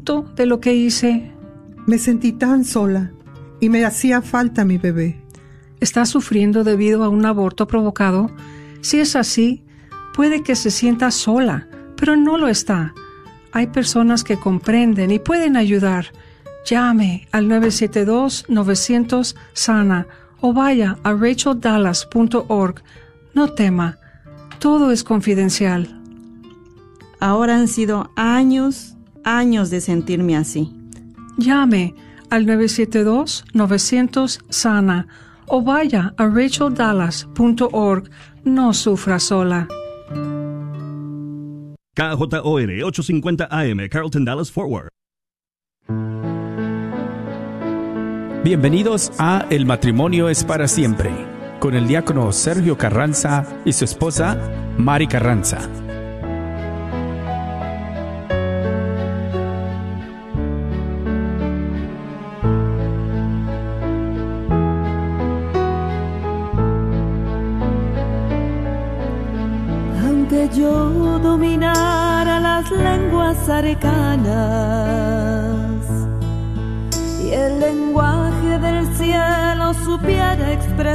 fruto de lo que hice? Me sentí tan sola y me hacía falta mi bebé. ¿Está sufriendo debido a un aborto provocado? Si es así, puede que se sienta sola, pero no lo está. Hay personas que comprenden y pueden ayudar. Llame al 972-900-SANA o vaya a racheldallas.org. No tema, todo es confidencial. Ahora han sido años de sentirme así. Llame al 972-900-SANA o vaya a racheldallas.org. No sufra sola. KJOR 850 AM, Carlton Dallas Forward. Bienvenidos a El Matrimonio es para Siempre, con el diácono Sergio Carranza y su esposa, Mari Carranza. Aunque yo dominara las lenguas arcanas y el lenguaje del cielo supiera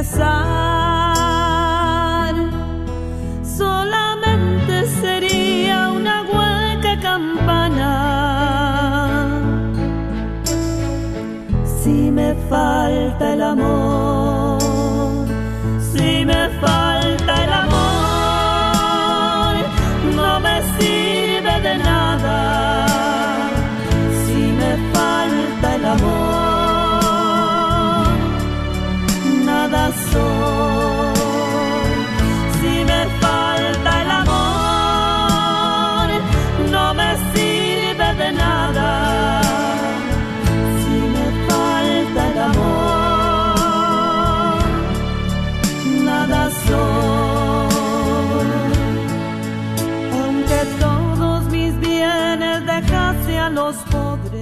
expresar, solamente sería una hueca campana. Si me falta el amor, si me falta el amor, no me sirve de nada. Si me falta el amor, nada soy. Si me falta el amor, no me sirve de nada. Si me falta el amor, nada soy. Aunque todos mis bienes dejase a los pobres.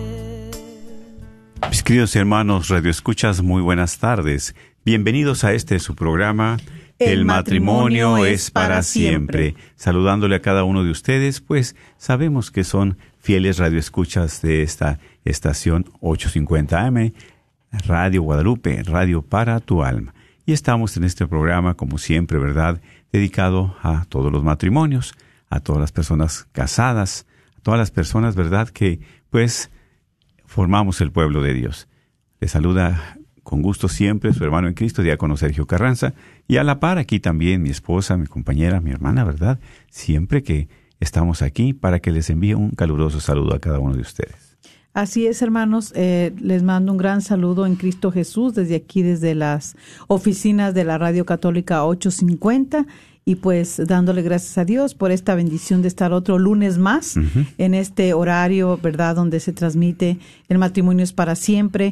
Mis queridos hermanos radioescuchas, muy buenas tardes. Bienvenidos a su programa, El Matrimonio es para Siempre. Saludándole a cada uno de ustedes, pues sabemos que son fieles radioescuchas de esta estación 850 AM, Radio Guadalupe, Radio para tu alma. Y estamos en este programa, como siempre, ¿verdad?, dedicado a todos los matrimonios, a todas las personas casadas, a todas las personas, ¿verdad?, que pues formamos el pueblo de Dios. Le saluda con gusto siempre su hermano en Cristo, diácono Sergio Carranza, y a la par aquí también mi esposa, mi compañera, mi hermana, ¿verdad?, siempre que estamos aquí para que les envíe un caluroso saludo a cada uno de ustedes. Así es, hermanos, les mando un gran saludo en Cristo Jesús desde aquí, desde las oficinas de la Radio Católica 850, y pues dándole gracias a Dios por esta bendición de estar otro lunes más en este horario, ¿verdad?, donde se transmite El Matrimonio es para Siempre,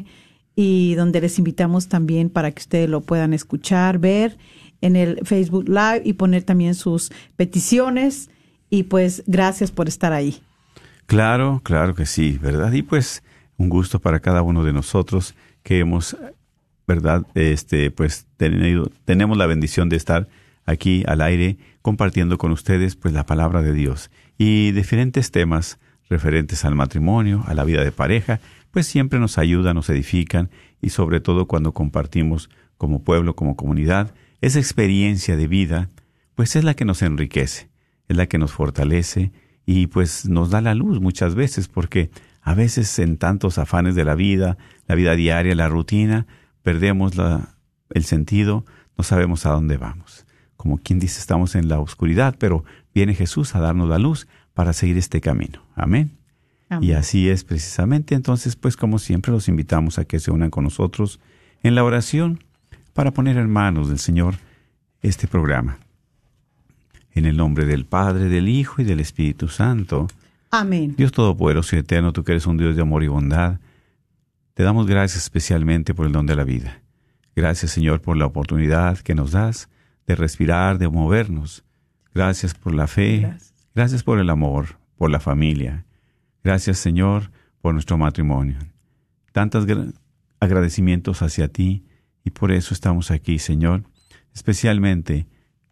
y donde les invitamos también para que ustedes lo puedan escuchar, ver en el Facebook Live y poner también sus peticiones, y pues gracias por estar ahí. Claro que sí, ¿verdad? Y pues un gusto para cada uno de nosotros que hemos, ¿verdad?, pues tenemos la bendición de estar aquí al aire compartiendo con ustedes pues la palabra de Dios y diferentes temas referentes al matrimonio, a la vida de pareja, pues siempre nos ayudan, nos edifican, y sobre todo cuando compartimos como pueblo, como comunidad, esa experiencia de vida, pues es la que nos enriquece, es la que nos fortalece y pues nos da la luz muchas veces, porque a veces en tantos afanes de la vida diaria, la rutina, perdemos el sentido, no sabemos a dónde vamos. Como quien dice, estamos en la oscuridad, pero viene Jesús a darnos la luz para seguir este camino. Amén. Amén. Y así es precisamente. Entonces, pues como siempre, los invitamos a que se unan con nosotros en la oración para poner en manos del Señor este programa. En el nombre del Padre, del Hijo y del Espíritu Santo. Amén. Dios Todopoderoso y Eterno, tú que eres un Dios de amor y bondad, te damos gracias especialmente por el don de la vida. Gracias, Señor, por la oportunidad que nos das de respirar, de movernos. Gracias por la fe. Gracias por el amor, por la familia. Gracias, Señor, por nuestro matrimonio. Tantos agradecimientos hacia ti, y por eso estamos aquí, Señor, especialmente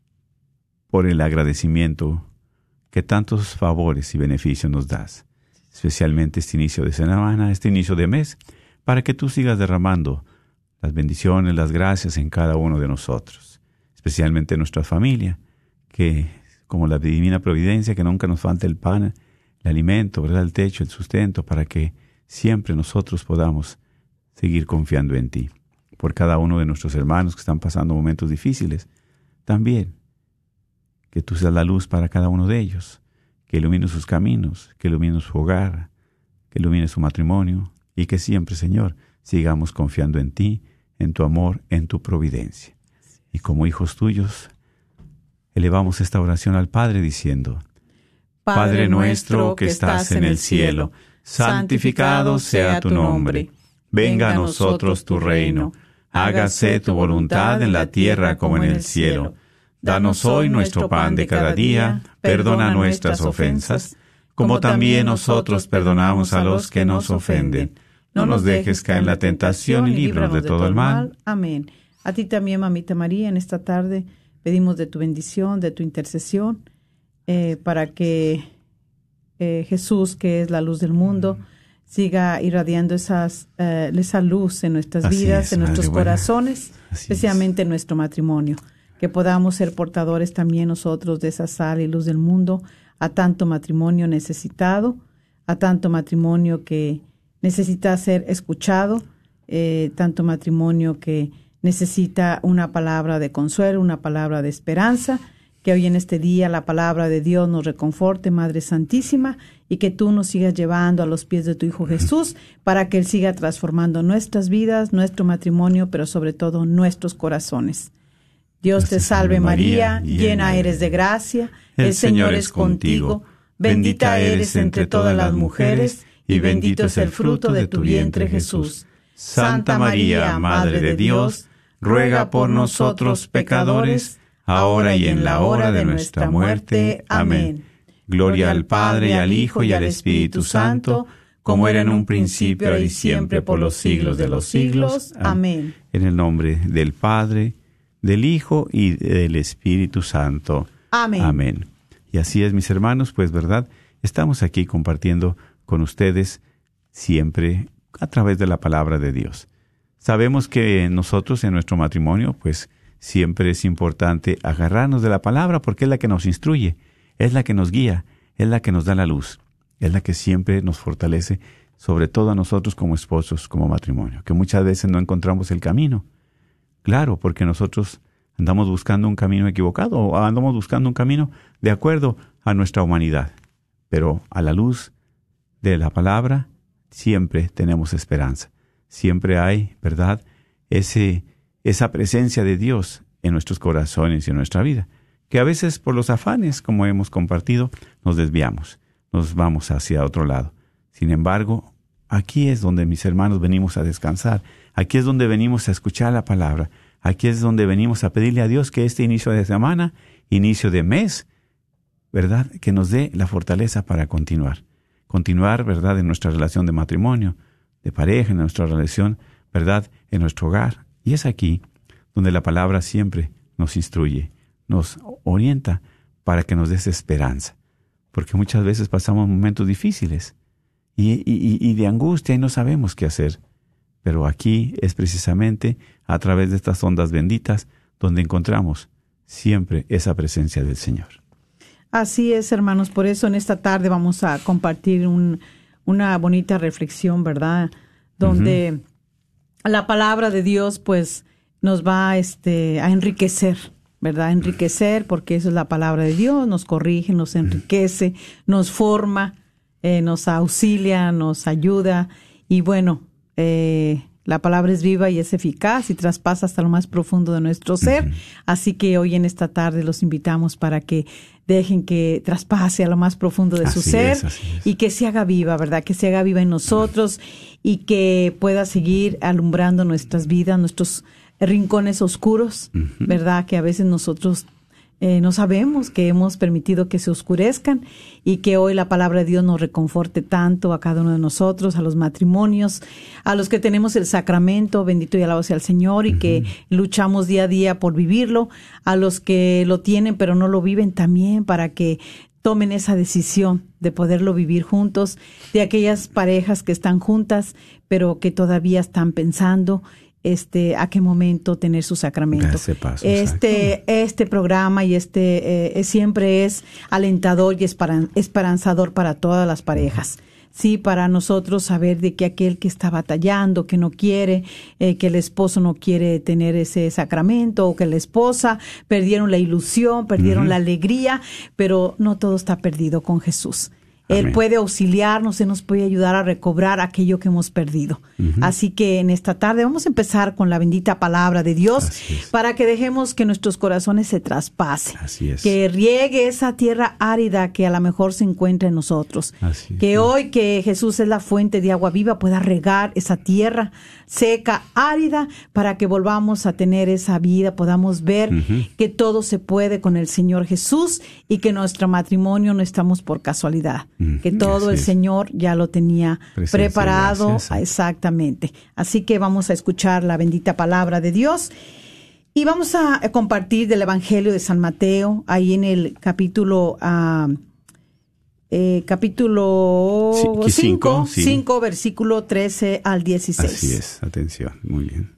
por el agradecimiento que tantos favores y beneficios nos das. especialmente este inicio de semana, este inicio de mes, para que tú sigas derramando las bendiciones, las gracias en cada uno de nosotros, especialmente en nuestra familia, que como la divina providencia, que nunca nos falte el pan, el alimento, ¿verdad? El techo, el sustento, para que siempre nosotros podamos seguir confiando en ti. Por cada uno de nuestros hermanos que están pasando momentos difíciles, también que tú seas la luz para cada uno de ellos, que ilumine sus caminos, que ilumine su hogar, que ilumine su matrimonio, y que siempre, Señor, sigamos confiando en ti, en tu amor, en tu providencia. Y como hijos tuyos, elevamos esta oración al Padre diciendo: Padre nuestro que estás en el cielo, santificado sea tu nombre. Venga a nosotros tu reino. Hágase tu voluntad en la tierra como en el cielo. Danos hoy nuestro pan de cada día. Perdona nuestras ofensas, como también nosotros perdonamos a los que nos ofenden. No nos dejes caer en la tentación y líbranos de todo el mal. Amén. A ti también, Mamita María, en esta tarde pedimos de tu bendición, de tu intercesión, para que Jesús, que es la luz del mundo, siga irradiando esa luz en nuestras vidas, en nuestros corazones, especialmente en nuestro matrimonio. Que podamos ser portadores también nosotros de esa sal y luz del mundo a tanto matrimonio necesitado, a tanto matrimonio que necesita ser escuchado, tanto matrimonio que necesita una palabra de consuelo, una palabra de esperanza, que hoy en este día la palabra de Dios nos reconforte, Madre Santísima, y que tú nos sigas llevando a los pies de tu Hijo Jesús para que Él siga transformando nuestras vidas, nuestro matrimonio, pero sobre todo nuestros corazones. Dios te salve María, llena eres de gracia, el Señor es contigo, bendita eres entre todas las mujeres, y bendito es el fruto de tu vientre Jesús. Santa María, Madre de Dios, ruega por nosotros pecadores, ahora y en la hora de nuestra muerte. Amén. Gloria al Padre, y al Hijo, y al Espíritu Santo, como era en un principio, ahora y siempre, por los siglos de los siglos. Amén. En el nombre del Padre, del Hijo y del Espíritu Santo. Amén. Amén. Y así es, mis hermanos, pues, ¿verdad? Estamos aquí compartiendo con ustedes siempre a través de la palabra de Dios. Sabemos que nosotros en nuestro matrimonio, pues, siempre es importante agarrarnos de la palabra porque es la que nos instruye, es la que nos guía, es la que nos da la luz, es la que siempre nos fortalece, sobre todo a nosotros como esposos, como matrimonio, que muchas veces no encontramos el camino. Claro, porque nosotros andamos buscando un camino equivocado o andamos buscando un camino de acuerdo a nuestra humanidad. Pero a la luz de la palabra siempre tenemos esperanza. Siempre hay, ¿verdad?, esa presencia de Dios en nuestros corazones y en nuestra vida, que a veces por los afanes, como hemos compartido, nos desviamos, nos vamos hacia otro lado. Sin embargo, aquí es donde, mis hermanos, venimos a descansar. Aquí es donde venimos a escuchar la palabra. Aquí es donde venimos a pedirle a Dios que este inicio de semana, inicio de mes, ¿verdad?, que nos dé la fortaleza para continuar. Continuar, ¿verdad?, en nuestra relación de matrimonio, de pareja, en nuestra relación, ¿verdad?, en nuestro hogar. Y es aquí donde la palabra siempre nos instruye, nos orienta para que nos des esperanza. Porque muchas veces pasamos momentos difíciles y de angustia y no sabemos qué hacer. Pero aquí es precisamente a través de estas ondas benditas donde encontramos siempre esa presencia del Señor. Así es, hermanos. Por eso en esta tarde vamos a compartir una bonita reflexión, ¿verdad? Donde la palabra de Dios, pues, nos va a enriquecer, ¿verdad? Enriquecer, porque eso es la palabra de Dios. Nos corrige, nos enriquece, nos forma, nos auxilia, nos ayuda. Y bueno, la palabra es viva y es eficaz y traspasa hasta lo más profundo de nuestro ser. Así que hoy en esta tarde los invitamos para que dejen que traspase a lo más profundo de su ser y que se haga viva, ¿verdad? Que se haga viva en nosotros y que pueda seguir alumbrando nuestras vidas, nuestros rincones oscuros, ¿verdad? Que a veces nosotros no sabemos, que hemos permitido que se oscurezcan, y que hoy la palabra de Dios nos reconforte tanto a cada uno de nosotros, a los matrimonios, a los que tenemos el sacramento, bendito y alabado sea el Señor, y que luchamos día a día por vivirlo, a los que lo tienen pero no lo viven también, para que tomen esa decisión de poderlo vivir juntos, de aquellas parejas que están juntas, pero que todavía están pensando a qué momento tener su sacramento. Este programa y siempre es alentador y esperanzador para todas las parejas. Sí, para nosotros saber de que aquel que está batallando, que no quiere, que el esposo no quiere tener ese sacramento, o que la esposa perdieron la ilusión, perdieron la alegría, pero no todo está perdido con Jesús. Él puede auxiliarnos, Él nos puede ayudar a recobrar aquello que hemos perdido. Así que en esta tarde vamos a empezar con la bendita palabra de Dios para que dejemos que nuestros corazones se traspasen. Que riegue esa tierra árida que a lo mejor se encuentra en nosotros. Hoy que Jesús es la fuente de agua viva pueda regar esa tierra seca, árida, para que volvamos a tener esa vida, podamos ver que todo se puede con el Señor Jesús y que nuestro matrimonio no estamos por casualidad. Que todo el Señor ya lo tenía preparado. Exactamente. Así que vamos a escuchar la bendita palabra de Dios y vamos a compartir del Evangelio de San Mateo, ahí en el capítulo 5, versículo 13 al 16. Así es, atención, muy bien.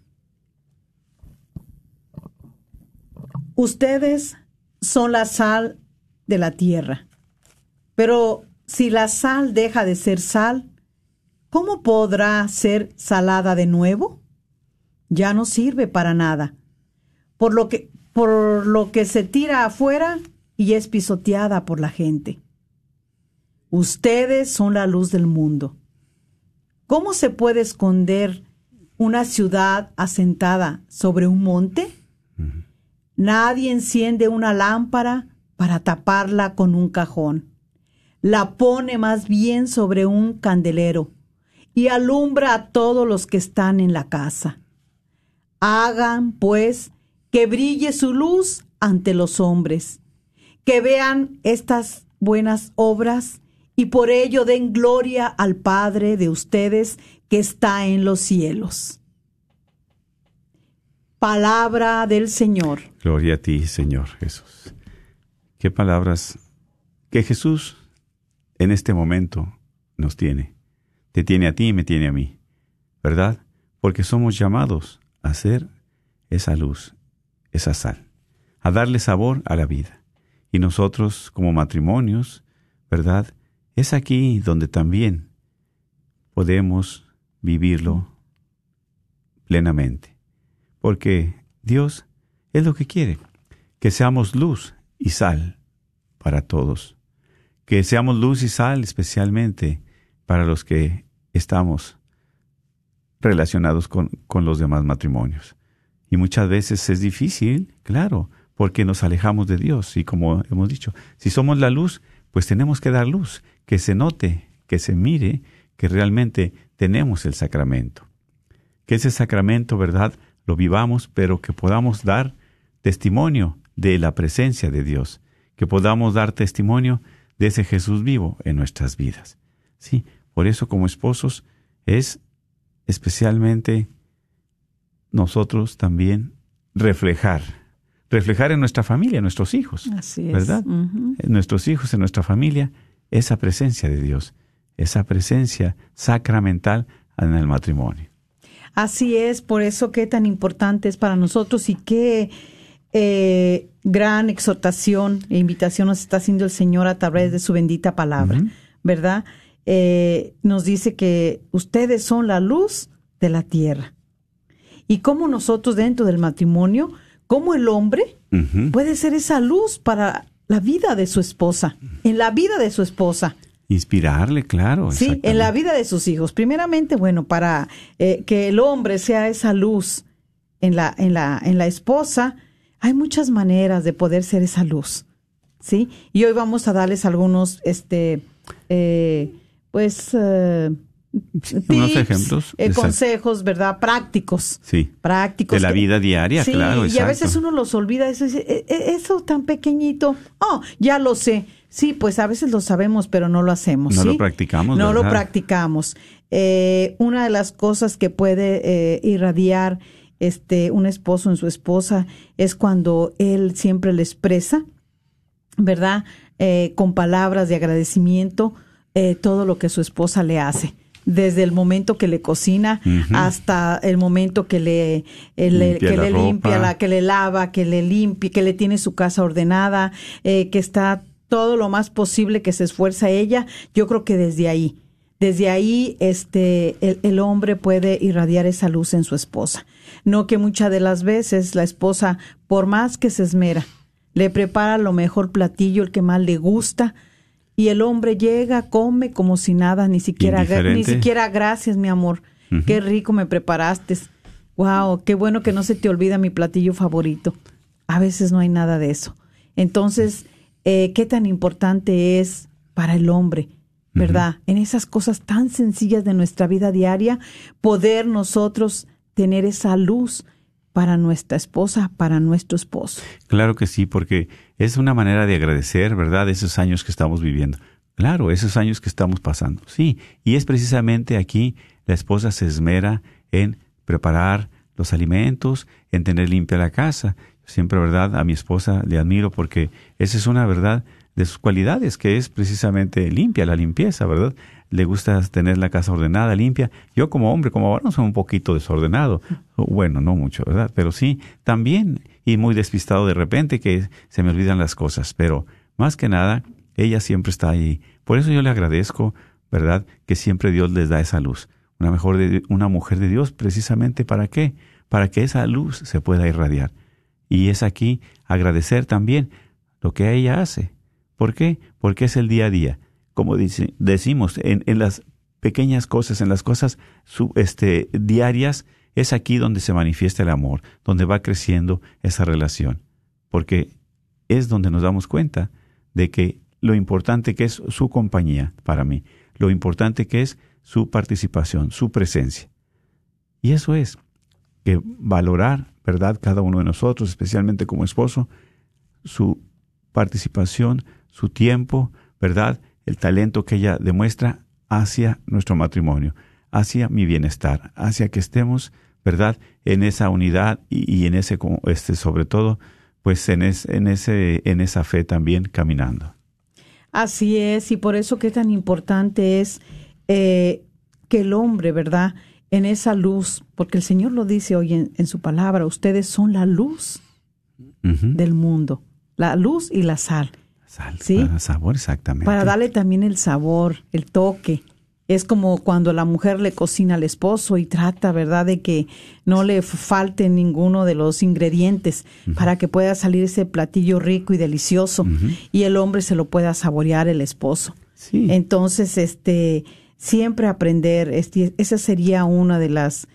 Ustedes son la sal de la tierra, pero si la sal deja de ser sal, ¿cómo podrá ser salada de nuevo? Ya no sirve para nada, por lo que se tira afuera y es pisoteada por la gente. Ustedes son la luz del mundo. ¿Cómo se puede esconder una ciudad asentada sobre un monte? Nadie enciende una lámpara para taparla con un cajón. La pone más bien sobre un candelero y alumbra a todos los que están en la casa. Hagan, pues, que brille su luz ante los hombres, que vean estas buenas obras y por ello den gloria al Padre de ustedes que está en los cielos. Palabra del Señor. Gloria a ti, Señor Jesús. Qué palabras que Jesús en este momento nos tiene. Te tiene a ti y me tiene a mí, ¿verdad? Porque somos llamados a ser esa luz, esa sal, a darle sabor a la vida. Y nosotros como matrimonios, ¿verdad? Es aquí donde también podemos vivirlo plenamente. Porque Dios es lo que quiere, que seamos luz y sal para todos. Que seamos luz y sal especialmente para los que estamos relacionados con los demás matrimonios. Y muchas veces es difícil, claro, porque nos alejamos de Dios. Y como hemos dicho, si somos la luz, pues tenemos que dar luz, que se note, que se mire, que realmente tenemos el sacramento. Que ese sacramento, ¿verdad?, lo vivamos, pero que podamos dar testimonio de la presencia de Dios, que podamos dar testimonio de ese Jesús vivo en nuestras vidas. Sí, por eso como esposos es especialmente nosotros también reflejar en nuestra familia, en nuestros hijos. Así es. ¿Verdad? En nuestros hijos, en nuestra familia, esa presencia de Dios, esa presencia sacramental en el matrimonio. Así es, por eso qué tan importante es para nosotros y qué gran exhortación e invitación nos está haciendo el Señor a través de su bendita palabra, ¿verdad? Nos dice que ustedes son la luz de la tierra. Y cómo nosotros dentro del matrimonio, cómo el hombre puede ser esa luz para la vida de su esposa, en la vida de su esposa. Inspirarle, claro. Sí, en la vida de sus hijos. Primeramente, bueno, para que el hombre sea esa luz en la esposa, hay muchas maneras de poder ser esa luz, ¿sí? Y hoy vamos a darles algunos, unos ejemplos, consejos, ¿verdad? Prácticos. Sí. Prácticos. De la vida diaria, sí, claro. Y a veces uno los olvida, eso tan pequeñito. Oh, ya lo sé. Sí, pues a veces lo sabemos, pero no lo hacemos. No ¿sí? lo practicamos, No ¿verdad? lo practicamos. Una de las cosas que puede irradiar un esposo en su esposa es cuando él siempre le expresa, ¿verdad? con palabras de agradecimiento todo lo que su esposa le hace. Desde el momento que le cocina hasta el momento que le limpia, que le lava, que le limpia, que le tiene su casa ordenada, que está todo lo más posible, que se esfuerza ella. Yo creo que desde ahí el hombre puede irradiar esa luz en su esposa. No que muchas de las veces la esposa, por más que se esmera, le prepara lo mejor platillo, el que más le gusta, y el hombre llega, come como si nada, ni siquiera gracias, mi amor, qué rico me preparaste. Wow, qué bueno que no se te olvida mi platillo favorito. A veces no hay nada de eso. Entonces, qué tan importante es para el hombre, ¿verdad? En esas cosas tan sencillas de nuestra vida diaria, poder nosotros tener esa luz para nuestra esposa, para nuestro esposo. Claro que sí, porque es una manera de agradecer, ¿verdad?, esos años que estamos viviendo. Claro, esos años que estamos pasando. Sí, y es precisamente aquí la esposa se esmera en preparar los alimentos, en tener limpia la casa. Siempre, ¿verdad?, a mi esposa le admiro porque esa es una, ¿verdad?, de sus cualidades, que es precisamente limpia, la limpieza, ¿verdad? Le gusta tener la casa ordenada, limpia. Yo como hombre, como varón, soy un poquito desordenado. Bueno, no mucho, ¿verdad? Pero sí, también, y muy despistado de repente, que se me olvidan las cosas. Pero más que nada, ella siempre está ahí. Por eso yo le agradezco, ¿verdad?, que siempre Dios les da esa luz. Una mujer de Dios, precisamente, ¿para qué? Para que esa luz se pueda irradiar. Y es aquí agradecer también lo que ella hace. ¿Por qué? Porque es el día a día. Como decimos, en las pequeñas cosas, en las cosas diarias, es aquí donde se manifiesta el amor, donde va creciendo esa relación. Porque es donde nos damos cuenta de que lo importante que es su compañía para mí, lo importante que es su participación, su presencia. Y eso es, que valorar, ¿verdad?, cada uno de nosotros, especialmente como esposo, su participación, su tiempo, ¿verdad?, el talento que ella demuestra hacia nuestro matrimonio, hacia mi bienestar, hacia que estemos, ¿verdad?, en esa unidad y en ese, sobre todo, pues en esa fe también caminando. Así es, y por eso qué tan importante es que el hombre, ¿verdad?, en esa luz, porque el Señor lo dice hoy en su palabra, ustedes son la luz del mundo, la luz y la sal. Sal, ¿sí? Para sabor, exactamente. Para darle también el sabor, el toque. Es como cuando la mujer le cocina al esposo y trata, ¿verdad?, de que no le falte ninguno de los ingredientes para que pueda salir ese platillo rico y delicioso y el hombre se lo pueda saborear, el esposo. Sí. Entonces, siempre aprender, esa sería una de las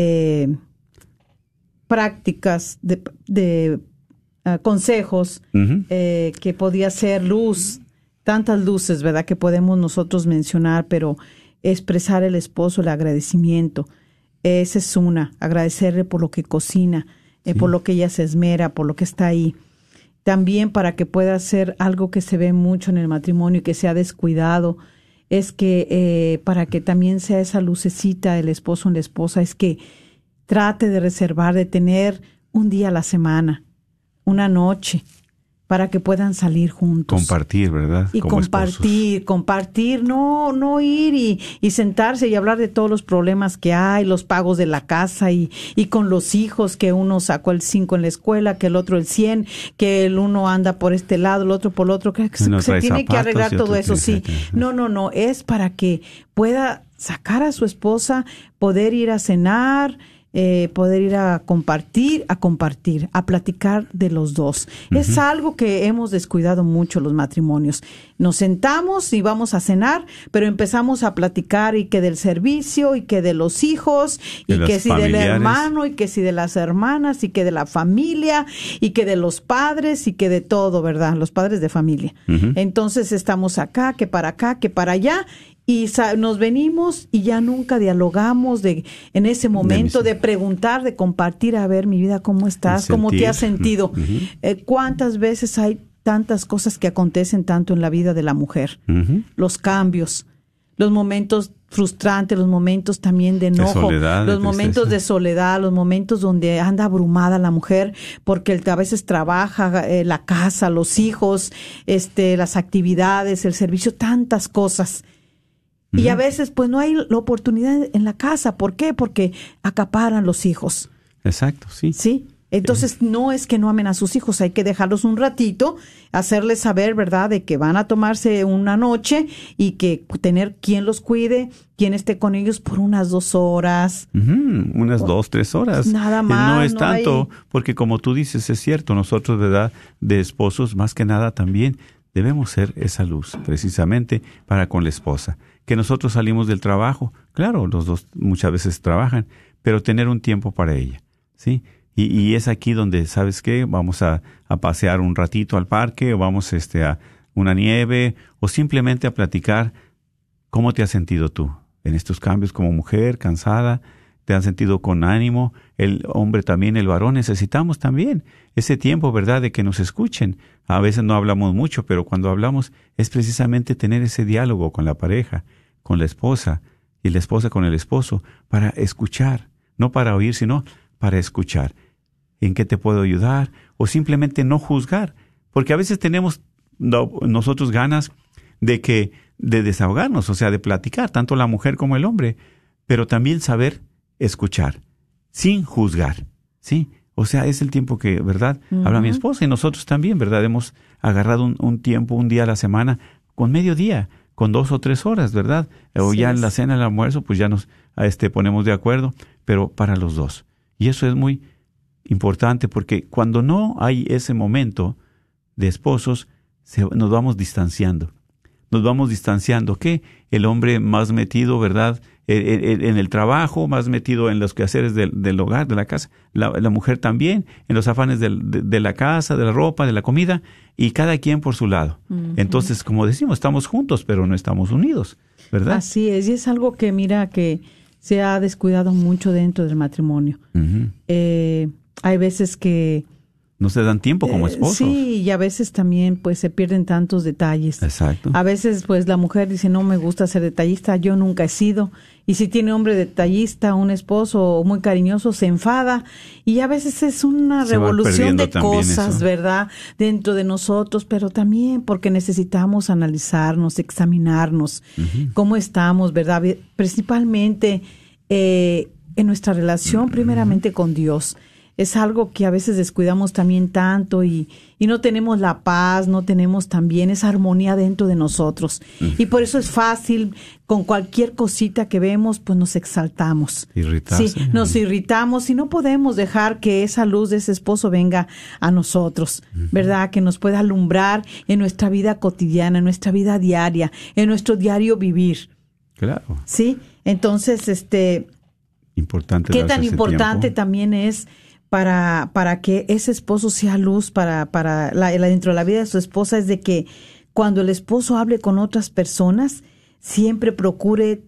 prácticas de consejos que podía ser luz, tantas luces, ¿verdad?, que podemos nosotros mencionar, pero expresar el esposo, el agradecimiento, esa es una, agradecerle por lo que cocina, por lo que ella se esmera, por lo que está ahí. También para que pueda ser algo que se ve mucho en el matrimonio y que se ha descuidado, es que para que también sea esa lucecita el esposo en la esposa, es que trate de reservar, de tener un día a la semana, una noche, para que puedan salir juntos. Compartir, ¿verdad? Y como compartir, no ir y sentarse y hablar de todos los problemas que hay, los pagos de la casa y con los hijos, que uno sacó el 5 en la escuela, que el otro el 100, que el uno anda por este lado, el otro por el otro, que se tiene que arreglar todo eso, sí. No, es para que pueda sacar a su esposa, poder ir a cenar, poder ir a compartir, a platicar de los dos. Es algo que hemos descuidado mucho los matrimonios. Nos sentamos y vamos a cenar, pero empezamos a platicar y que del servicio y que de los hijos y que si del hermano y que si de las hermanas y que de la familia y que de los padres y que de todo, ¿verdad? Los padres de familia. Entonces estamos acá, que para allá. Y nos venimos y ya nunca dialogamos en ese momento de preguntar, de compartir, a ver, mi vida, ¿cómo estás? ¿Cómo te has sentido? ¿Cuántas veces hay tantas cosas que acontecen tanto en la vida de la mujer? Los cambios, los momentos frustrantes, los momentos también de enojo, soledad, los momentos de soledad, los momentos donde anda abrumada la mujer porque a veces trabaja, la casa, los hijos, las actividades, el servicio, tantas cosas. Uh-huh. Y a veces pues no hay la oportunidad en la casa. ¿Por qué? Porque acaparan los hijos. Exacto, sí. Sí. Entonces, no es que no amen a sus hijos, hay que dejarlos un ratito, hacerles saber, ¿verdad?, de que van a tomarse una noche y que tener quien los cuide, quien esté con ellos por unas 2 horas. Unas 2, 3 horas. Nada más. No es tanto, porque como tú dices, es cierto, nosotros, ¿verdad?, de esposos, más que nada también debemos ser esa luz, precisamente, para con la esposa. Que nosotros salimos del trabajo, claro, los dos muchas veces trabajan, pero tener un tiempo para ella, ¿sí? Y es aquí donde, ¿sabes qué? Vamos a pasear un ratito al parque, o vamos a una nieve, o simplemente a platicar cómo te has sentido tú en estos cambios como mujer, cansada, te has sentido con ánimo, el hombre también, el varón, necesitamos también ese tiempo, ¿verdad?, de que nos escuchen. A veces no hablamos mucho, pero cuando hablamos es precisamente tener ese diálogo con la pareja, con la esposa, y la esposa con el esposo, para escuchar, no para oír, sino para escuchar. ¿En qué te puedo ayudar? O simplemente no juzgar. Porque a veces tenemos nosotros ganas de desahogarnos, o sea, de platicar, tanto la mujer como el hombre, pero también saber escuchar, sin juzgar, ¿sí? O sea, es el tiempo que, ¿verdad?, habla mi esposa y nosotros también, ¿verdad? Hemos agarrado un tiempo, un día a la semana, con mediodía, con 2 o 3 horas, ¿verdad? O ya en la cena, el almuerzo, pues ya nos ponemos de acuerdo, pero para los dos. Y eso es muy importante, porque cuando no hay ese momento de esposos, nos vamos distanciando. Nos vamos distanciando. ¿Qué? El hombre más metido, ¿verdad?, en el trabajo, más metido en los quehaceres del hogar, de la casa. La mujer también, en los afanes de la casa, de la ropa, de la comida, y cada quien por su lado. Uh-huh. Entonces, como decimos, estamos juntos, pero no estamos unidos, ¿verdad? Así es, y es algo que, mira, que se ha descuidado mucho dentro del matrimonio. Uh-huh. Hay veces que no se dan tiempo como esposos. Sí, y a veces también pues se pierden tantos detalles. Exacto. A veces pues la mujer dice, no me gusta ser detallista, yo nunca he sido. Y si tiene hombre detallista, un esposo muy cariñoso, se enfada. Y a veces es una revolución de cosas, eso, ¿verdad?, dentro de nosotros, pero también porque necesitamos analizarnos, examinarnos, uh-huh, cómo estamos, ¿verdad? Principalmente en nuestra relación, primeramente con Dios. Es algo que a veces descuidamos también tanto y no tenemos la paz, no tenemos también esa armonía dentro de nosotros. Y por eso es fácil, con cualquier cosita que vemos, pues nos exaltamos. Irritarse. Sí, nos irritamos y no podemos dejar que esa luz de ese esposo venga a nosotros, ¿verdad? Que nos pueda alumbrar en nuestra vida cotidiana, en nuestra vida diaria, en nuestro diario vivir. Claro. Sí, entonces, importante. ¿qué tan importante también es para que ese esposo sea luz para dentro de la vida de su esposa? Es de que cuando el esposo hable con otras personas, siempre procure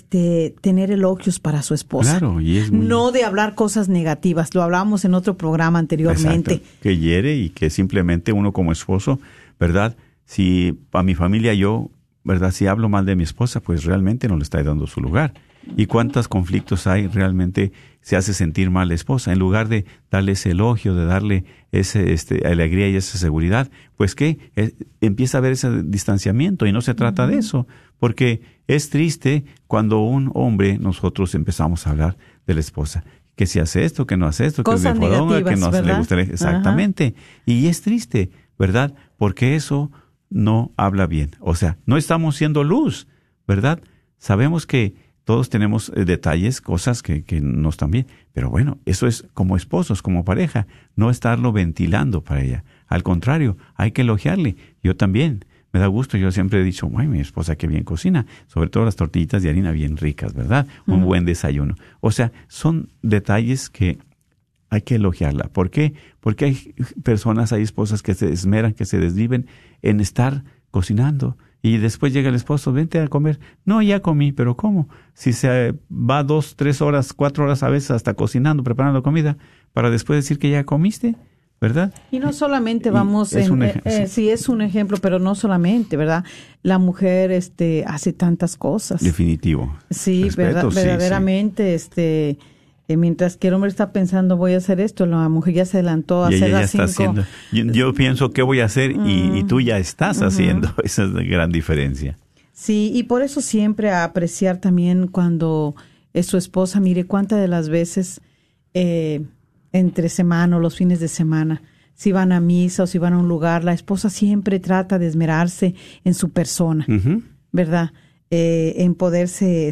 tener elogios para su esposa. Claro, y es muy... No de hablar cosas negativas, lo hablábamos en otro programa anteriormente. Exacto, que hiere y que simplemente uno como esposo, ¿verdad? Si a mi familia yo, ¿verdad?, si hablo mal de mi esposa, pues realmente no le estoy dando su lugar. ¿Y cuántos conflictos hay realmente se hace sentir mal la esposa? En lugar de darle ese elogio, de darle ese alegría y esa seguridad, pues ¿qué? Empieza a haber ese distanciamiento y no se trata de eso, porque es triste cuando un hombre, nosotros empezamos a hablar de la esposa, que si hace esto, que no hace esto, cosas que es de fodonga, que no ¿verdad? le gusta. Exactamente. Ajá. Y es triste, ¿verdad? Porque eso no habla bien. O sea, no estamos siendo luz, ¿verdad? Sabemos que todos tenemos detalles, cosas que no están bien. Pero bueno, eso es como esposos, como pareja, no estarlo ventilando para ella. Al contrario, hay que elogiarle. Yo también, me da gusto. Yo siempre he dicho, ay, mi esposa qué bien cocina. Sobre todo las tortillitas de harina bien ricas, ¿verdad? Un buen desayuno. O sea, son detalles que hay que elogiarla. ¿Por qué? Porque hay personas, hay esposas que se esmeran, que se desviven en estar cocinando. Y después llega el esposo, vente a comer. No, ya comí, pero ¿cómo? Si se va 2, 3 horas, 4 horas a veces hasta cocinando, preparando comida, para después decir que ya comiste. ¿verdad? Y no solamente vamos es sí, es un ejemplo, pero no solamente, ¿verdad? La mujer hace tantas cosas. Definitivo. Sí, Respeto, verdaderamente, mientras que el hombre está pensando, voy a hacer esto, la mujer ya se adelantó a hacer las 5. Yo pienso, ¿qué voy a hacer? Y tú ya estás haciendo. Esa es la gran diferencia. Sí, y por eso siempre apreciar también cuando es su esposa, mire cuántas de las veces entre semana o los fines de semana, si van a misa o si van a un lugar, la esposa siempre trata de esmerarse en su persona, ¿verdad? En poderse,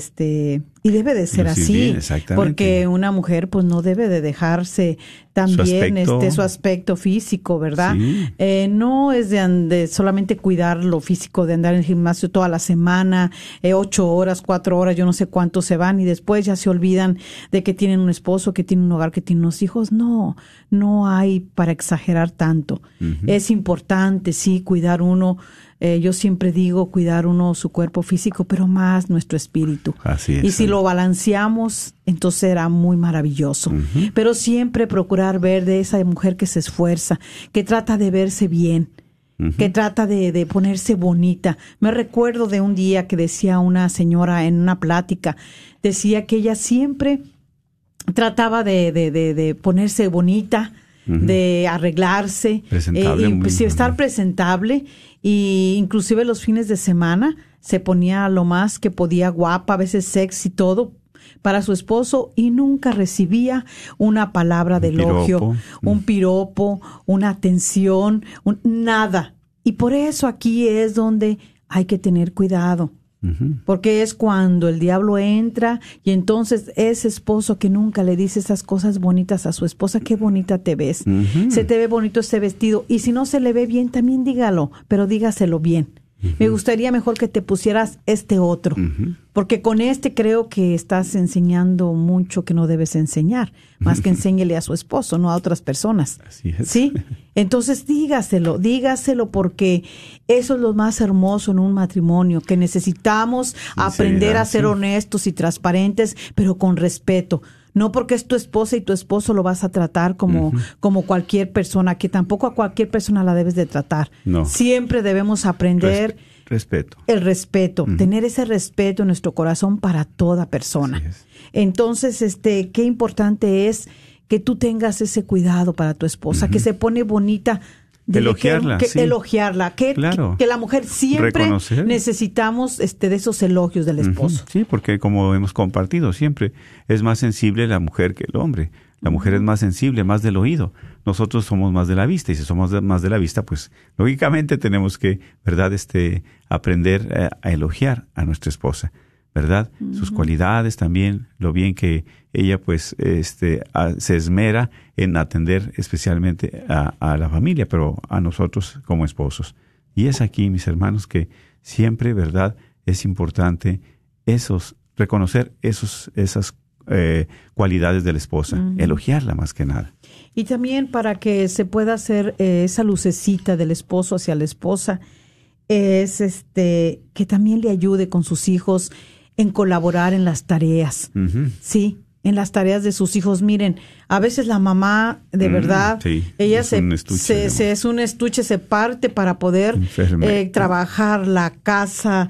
y debe de ser así, porque una mujer pues no debe de dejarse también su aspecto físico, ¿verdad? Sí. No es de solamente cuidar lo físico, de andar en el gimnasio toda la semana, 8 horas, 4 horas, yo no sé cuánto se van y después ya se olvidan de que tienen un esposo, que tienen un hogar, que tienen unos hijos. No hay para exagerar tanto. Es importante, sí, cuidar uno. Yo siempre digo cuidar uno su cuerpo físico, pero más nuestro espíritu. Así es. Y si lo balanceamos, entonces será muy maravilloso. Pero siempre procurar ver de esa mujer que se esfuerza, que trata de verse bien, que trata de ponerse bonita. Me recuerdo de un día que decía una señora en una plática, decía que ella siempre trataba de ponerse bonita, de arreglarse, estar presentable, y inclusive los fines de semana se ponía lo más que podía guapa, a veces sexy, todo para su esposo, y nunca recibía una palabra de elogio, un piropo, una atención, nada. Y por eso aquí es donde hay que tener cuidado. Porque es cuando el diablo entra y entonces ese esposo que nunca le dice esas cosas bonitas a su esposa, qué bonita te ves, se te ve bonito ese vestido, y si no se le ve bien también dígalo, pero dígaselo bien. Me gustaría mejor que te pusieras otro, porque con creo que estás enseñando mucho que no debes enseñar, más que enséñele a su esposo, no a otras personas. Así es. ¿Sí? Entonces dígaselo, porque eso es lo más hermoso en un matrimonio, que necesitamos aprender a ser honestos y transparentes, pero con respeto. No porque es tu esposa y tu esposo lo vas a tratar como cualquier persona, que tampoco a cualquier persona la debes de tratar. No. Siempre debemos aprender el respeto, tener ese respeto en nuestro corazón para toda persona. Entonces, qué importante es que tú tengas ese cuidado para tu esposa, que se pone bonita. Elogiarla, que la mujer siempre necesitamos de esos elogios del esposo. Sí, porque como hemos compartido siempre, es más sensible la mujer que el hombre. La mujer es más sensible, más del oído. Nosotros somos más de la vista, y si somos más de la vista, pues lógicamente tenemos que, ¿verdad?, aprender a elogiar a nuestra esposa, ¿verdad? Sus cualidades también, lo bien que ella pues se esmera en atender especialmente a la familia, pero a nosotros como esposos. Y es aquí, mis hermanos, que siempre, ¿verdad?, es importante reconocer esas cualidades de la esposa, elogiarla más que nada. Y también para que se pueda hacer esa lucecita del esposo hacia la esposa, es que también le ayude con sus hijos en colaborar en las tareas. Sí, en las tareas de sus hijos. Miren, a veces la mamá, de verdad, ella es un estuche, se parte para poder trabajar la casa,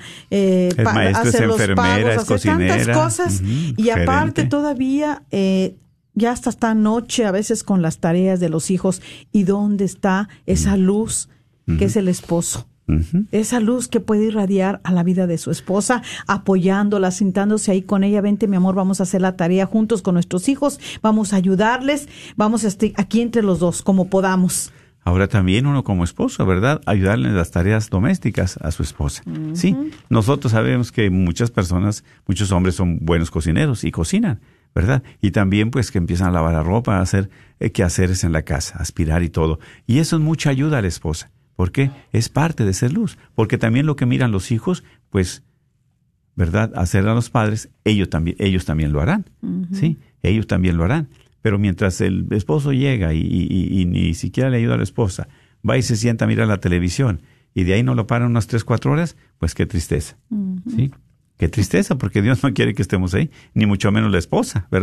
hacer los pagos, hacer tantas cosas, y aparte todavía ya hasta esta noche a veces con las tareas de los hijos. ¿Y dónde está esa luz que es el esposo? Esa luz que puede irradiar a la vida de su esposa, apoyándola, sentándose ahí con ella. Vente, mi amor, vamos a hacer la tarea juntos con nuestros hijos, vamos a ayudarles, vamos a estar aquí entre los dos como podamos. Ahora también uno como esposo, ¿verdad?, ayudarle en las tareas domésticas a su esposa. Sí, nosotros sabemos que muchos hombres son buenos cocineros y cocinan, ¿verdad? Y también pues que empiezan a lavar la ropa, a hacer quehaceres en la casa, aspirar y todo. Y eso es mucha ayuda a la esposa. ¿Por qué? Es parte de ser luz. Porque también lo que miran los hijos, pues, ¿verdad?, hacer a los padres, ellos también lo harán. ¿Sí? Ellos también lo harán. Pero mientras el esposo llega y ni siquiera le ayuda a la esposa, va y se sienta a mirar la televisión, y de ahí no lo paran unas 3-4 horas, pues qué tristeza. ¿Sí? Qué tristeza, porque Dios no quiere que estemos ahí, ni mucho menos la esposa, ¿verdad?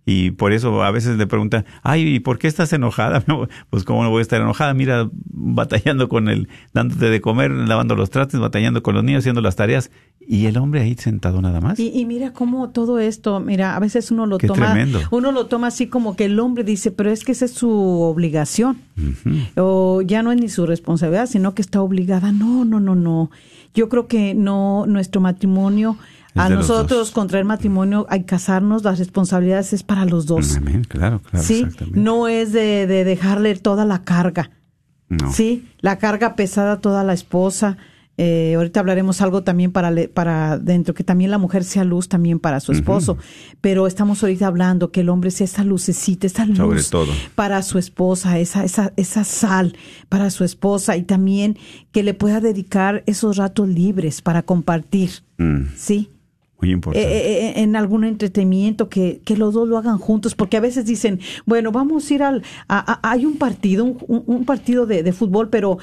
Y por eso a veces le preguntan, ay, ¿y por qué estás enojada? Pues cómo no voy a estar enojada, mira, batallando con dándote de comer, lavando los trastes, batallando con los niños, haciendo las tareas, y el hombre ahí sentado nada más. Y mira cómo todo esto, mira, a veces uno lo Qué toma, tremendo. uno lo toma así como que el hombre dice, pero es que esa es su obligación, o ya no es ni su responsabilidad, sino que está obligada. No. Yo creo que no, nuestro matrimonio, a nosotros contraer matrimonio, hay casarnos, las responsabilidades es para los dos. Amén, claro, ¿Sí? exactamente. No es de dejarle toda la carga. No. Sí, la carga pesada toda la esposa. Ahorita hablaremos algo también para dentro, que también la mujer sea luz también para su esposo. Pero estamos ahorita hablando que el hombre sea esa lucecita, esa luz Sobre todo. para su esposa, esa sal para su esposa, y también que le pueda dedicar esos ratos libres para compartir. ¿Sí? Muy importante. En algún entretenimiento, que los dos lo hagan juntos, porque a veces dicen, bueno, vamos a ir hay un partido, un partido de fútbol, pero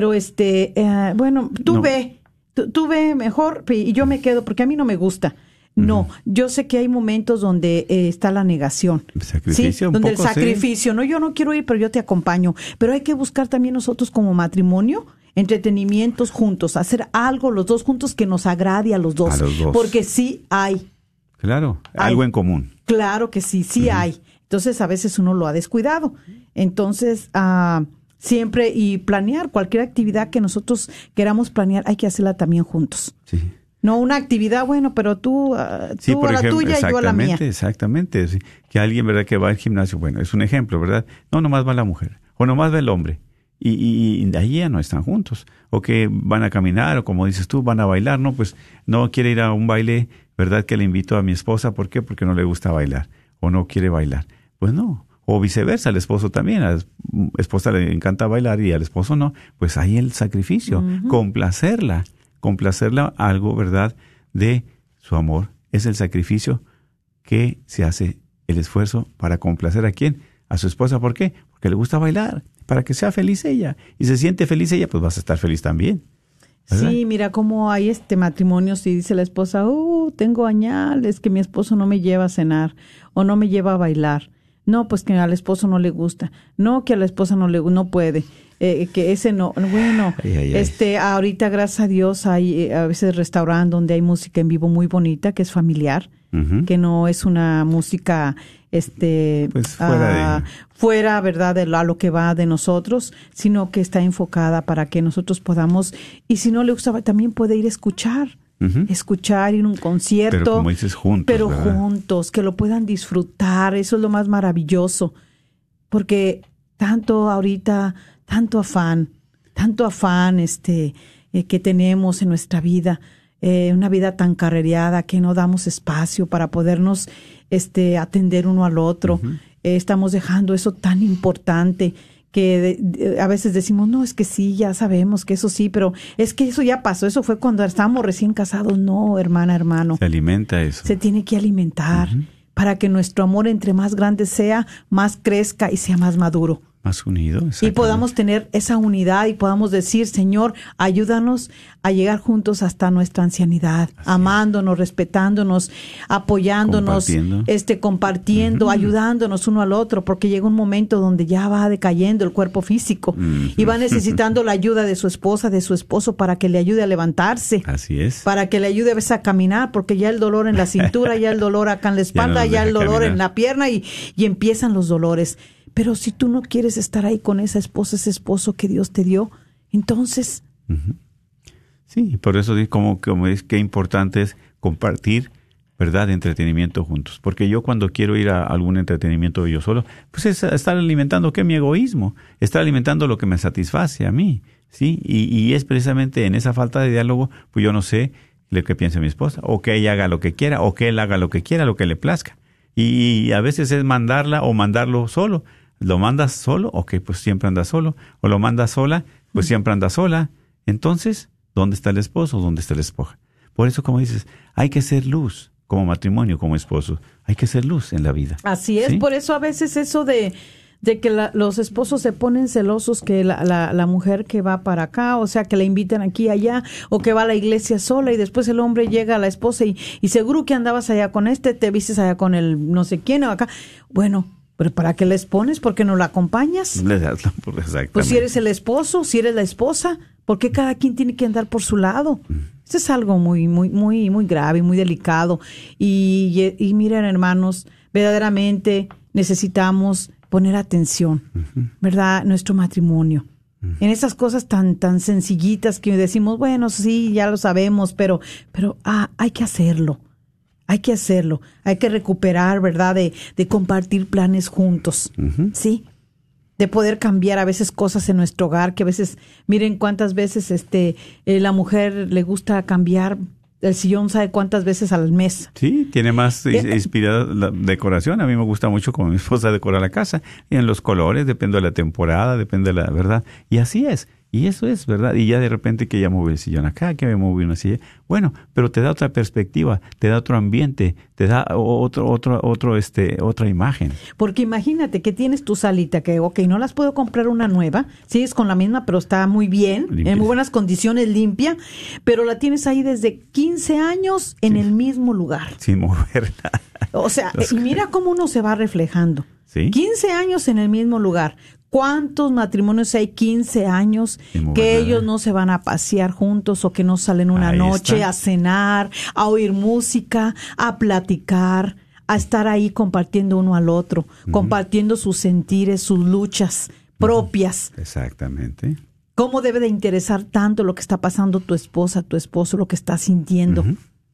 bueno, tú ve mejor y yo me quedo, porque a mí no me gusta. No, yo sé que hay momentos donde está la negación. Sacrificio, ¿sí? Donde poco, el sacrificio, sí. no, yo no quiero ir, pero yo te acompaño. Pero hay que buscar también nosotros como matrimonio entretenimientos juntos, hacer algo los dos juntos que nos agrade a los dos. Porque sí hay. Claro, algo en común. Claro que sí hay. Entonces a veces uno lo ha descuidado. Entonces, siempre, y planear cualquier actividad que nosotros queramos planear, hay que hacerla también juntos. Sí. No una actividad, bueno, pero tú sí, por a la ejemplo, tuya y yo a la mía. Exactamente. Sí. Que alguien, ¿verdad?, que va al gimnasio, bueno, es un ejemplo, ¿verdad? No, nomás va la mujer, o nomás va el hombre. Y de ahí ya no están juntos. O que van a caminar, o como dices tú, van a bailar. No, pues no quiere ir a un baile, ¿verdad?, que le invito a mi esposa. ¿Por qué? Porque no le gusta bailar. O no quiere bailar. Pues no. O viceversa, al esposo también. A la esposa le encanta bailar y al esposo no. Pues ahí el sacrificio. Complacerla algo, ¿verdad?, de su amor. Es el sacrificio que se hace, el esfuerzo para complacer ¿a quién? A su esposa. ¿Por qué? Porque le gusta bailar. Para que sea feliz ella. Y se siente feliz ella, pues vas a estar feliz también, ¿verdad? Sí, mira cómo hay matrimonios y dice la esposa, tengo añales que mi esposo no me lleva a cenar o no me lleva a bailar. No, pues que al esposo no le gusta. No, que a la esposa no puede. Que ese no. Bueno, ahorita, gracias a Dios, hay a veces restaurantes donde hay música en vivo muy bonita, que es familiar, que no es una música pues fuera, ¿verdad?, de lo que va de nosotros, sino que está enfocada para que nosotros podamos, y si no le gusta, también puede ir a escuchar, ir a un concierto. Pero como dices, juntos. Pero ¿verdad? juntos, que lo puedan disfrutar, eso es lo más maravilloso, porque tanto ahorita, tanto afán, que tenemos en nuestra vida, una vida tan carrereada que no damos espacio para podernos atender uno al otro. Estamos dejando eso tan importante que a veces decimos, no, es que sí, ya sabemos que eso sí, pero es que eso ya pasó, eso fue cuando estábamos recién casados. No, hermano. Se alimenta eso. Se tiene que alimentar para que nuestro amor entre más grande sea, más crezca y sea más maduro. Más unido. Y podamos tener esa unidad y podamos decir, Señor, ayúdanos a llegar juntos hasta nuestra ancianidad, amándonos, respetándonos, apoyándonos, compartiendo, ayudándonos uno al otro, porque llega un momento donde ya va decayendo el cuerpo físico y va necesitando la ayuda de su esposa, de su esposo, para que le ayude a levantarse. Así es. Para que le ayude a veces a caminar, porque ya el dolor en la cintura, ya el dolor acá en la espalda, ya el dolor en la pierna y empiezan los dolores. Pero si tú no quieres estar ahí con esa esposa, ese esposo que Dios te dio, entonces... Sí, por eso como es que importante es compartir, ¿verdad?, entretenimiento juntos. Porque yo cuando quiero ir a algún entretenimiento yo solo, pues es estar alimentando mi egoísmo, estar alimentando lo que me satisface a mí, ¿sí? Y es precisamente en esa falta de diálogo, pues yo no sé lo que piensa mi esposa, o que ella haga lo que quiera, o que él haga lo que quiera, lo que le plazca. Y a veces es mandarla o mandarlo solo. ¿Lo mandas solo? Ok, pues siempre anda solo. ¿O lo mandas sola? Pues siempre anda sola. Entonces, ¿dónde está el esposo? ¿Dónde está la esposa? Por eso, como dices, hay que ser luz como matrimonio, como esposo. Hay que ser luz en la vida. Así es, ¿sí? Por eso a veces eso de de que los esposos se ponen celosos que la mujer que va para acá, o sea, que la invitan aquí y allá, o que va a la iglesia sola y después el hombre llega a la esposa y seguro que andabas allá con te vistes allá con el no sé quién o acá. Bueno, pero ¿para qué les pones? ¿Por qué no la acompañas? Exactamente. Pues si eres el esposo, si eres la esposa, ¿por qué cada quien tiene que andar por su lado? Eso es algo muy, muy, muy, muy grave, muy delicado. Y miren, hermanos, verdaderamente necesitamos poner atención, ¿verdad? Nuestro matrimonio. En esas cosas tan sencillitas que decimos, bueno, sí, ya lo sabemos, pero hay que hacerlo. Hay que hacerlo. Hay que recuperar, ¿verdad? De compartir planes juntos, ¿sí? De poder cambiar a veces cosas en nuestro hogar, que a veces, miren cuántas veces la mujer le gusta cambiar el sillón, ¿sabe cuántas veces al mes? Sí, tiene más inspirada la decoración. A mí me gusta mucho como mi esposa decora la casa. Y en los colores, depende de la temporada, depende de la verdad. Y así es. Y eso es, ¿verdad? Y ya de repente que ya moví el sillón acá, que me moví una silla. Bueno, pero te da otra perspectiva, te da otro ambiente, te da otra imagen. Porque imagínate que tienes tu salita que, no las puedo comprar una nueva, sigues con la misma, pero está muy bien, limpia, en muy buenas condiciones, limpia, pero la tienes ahí desde 15 años en el mismo lugar. Sin moverla. O sea, y mira cómo uno se va reflejando. ¿Sí? 15 años en el mismo lugar. ¿Cuántos matrimonios hay 15 años que ellos no se van a pasear juntos o que no salen una noche a cenar, a oír música, a platicar, a estar ahí compartiendo uno al otro, compartiendo sus sentires, sus luchas propias? Exactamente. ¿Cómo debe de interesar tanto lo que está pasando tu esposa, tu esposo, lo que está sintiendo?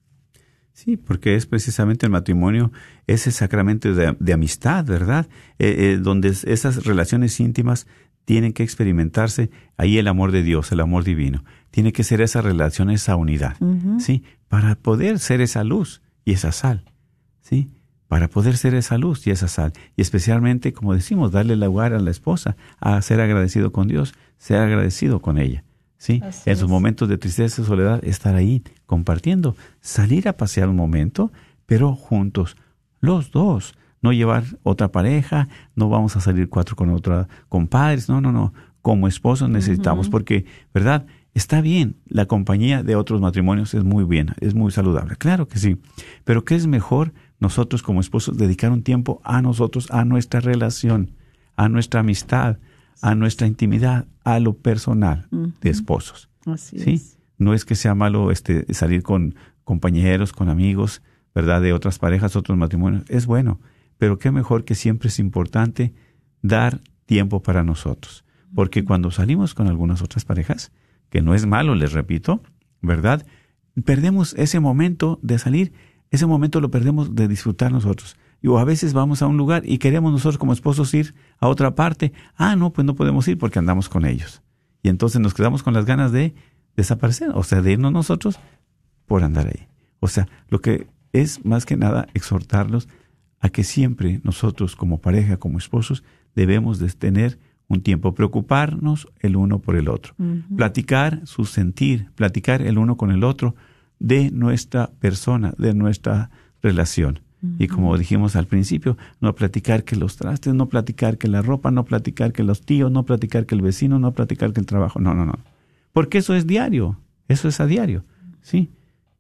Sí, porque es precisamente el matrimonio, ese sacramento de amistad, ¿verdad? Donde esas relaciones íntimas tienen que experimentarse ahí el amor de Dios, el amor divino. Tiene que ser esa relación, esa unidad, ¿sí? Para poder ser esa luz y esa sal, ¿sí? Para poder ser esa luz y esa sal. Y especialmente, como decimos, darle lugar a la esposa a ser agradecido con Dios, ser agradecido con ella. ¿Sí? En sus momentos de tristeza y soledad, estar ahí compartiendo, salir a pasear un momento, pero juntos, los dos, no llevar otra pareja, no vamos a salir 4 con otra compadres, no, como esposos necesitamos, porque, ¿verdad? Está bien, la compañía de otros matrimonios es muy bien, es muy saludable, claro que sí, pero ¿qué es mejor nosotros como esposos dedicar un tiempo a nosotros, a nuestra relación, a nuestra amistad, a nuestra intimidad, a lo personal de esposos? Así ¿sí? Es. No es que sea malo salir con compañeros, con amigos, ¿verdad? De otras parejas, otros matrimonios. Es bueno, pero qué mejor que siempre es importante dar tiempo para nosotros. Porque cuando salimos con algunas otras parejas, que no es malo, les repito, ¿verdad? Perdemos ese momento de salir, ese momento lo perdemos de disfrutar nosotros. O a veces vamos a un lugar y queremos nosotros como esposos ir a otra parte. No, pues no podemos ir porque andamos con ellos. Y entonces nos quedamos con las ganas de desaparecer, o sea, de irnos nosotros por andar ahí. O sea, lo que es más que nada exhortarlos a que siempre nosotros como pareja, como esposos, debemos de tener un tiempo, preocuparnos el uno por el otro, platicar su sentir, platicar el uno con el otro de nuestra persona, de nuestra relación. Y como dijimos al principio, no platicar que los trastes, no platicar que la ropa, no platicar que los tíos, no platicar que el vecino, no platicar que el trabajo. No. Porque eso es diario, eso es a diario, ¿sí?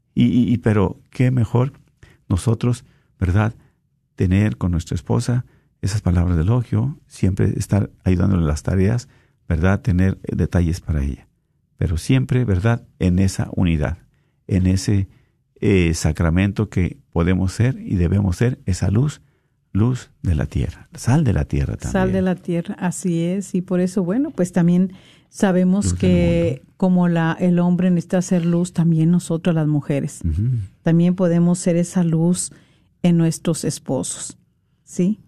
Pero qué mejor nosotros, ¿verdad? Tener con nuestra esposa esas palabras de elogio, siempre estar ayudándole en las tareas, ¿verdad? Tener detalles para ella. Pero siempre, ¿verdad? En esa unidad, en ese sacramento que podemos ser y debemos ser, esa luz de la tierra, sal de la tierra también. Sal de la tierra, así es, y por eso, bueno, pues también sabemos luz que como el hombre necesita ser luz, también nosotros las mujeres, también podemos ser esa luz en nuestros esposos, ¿sí?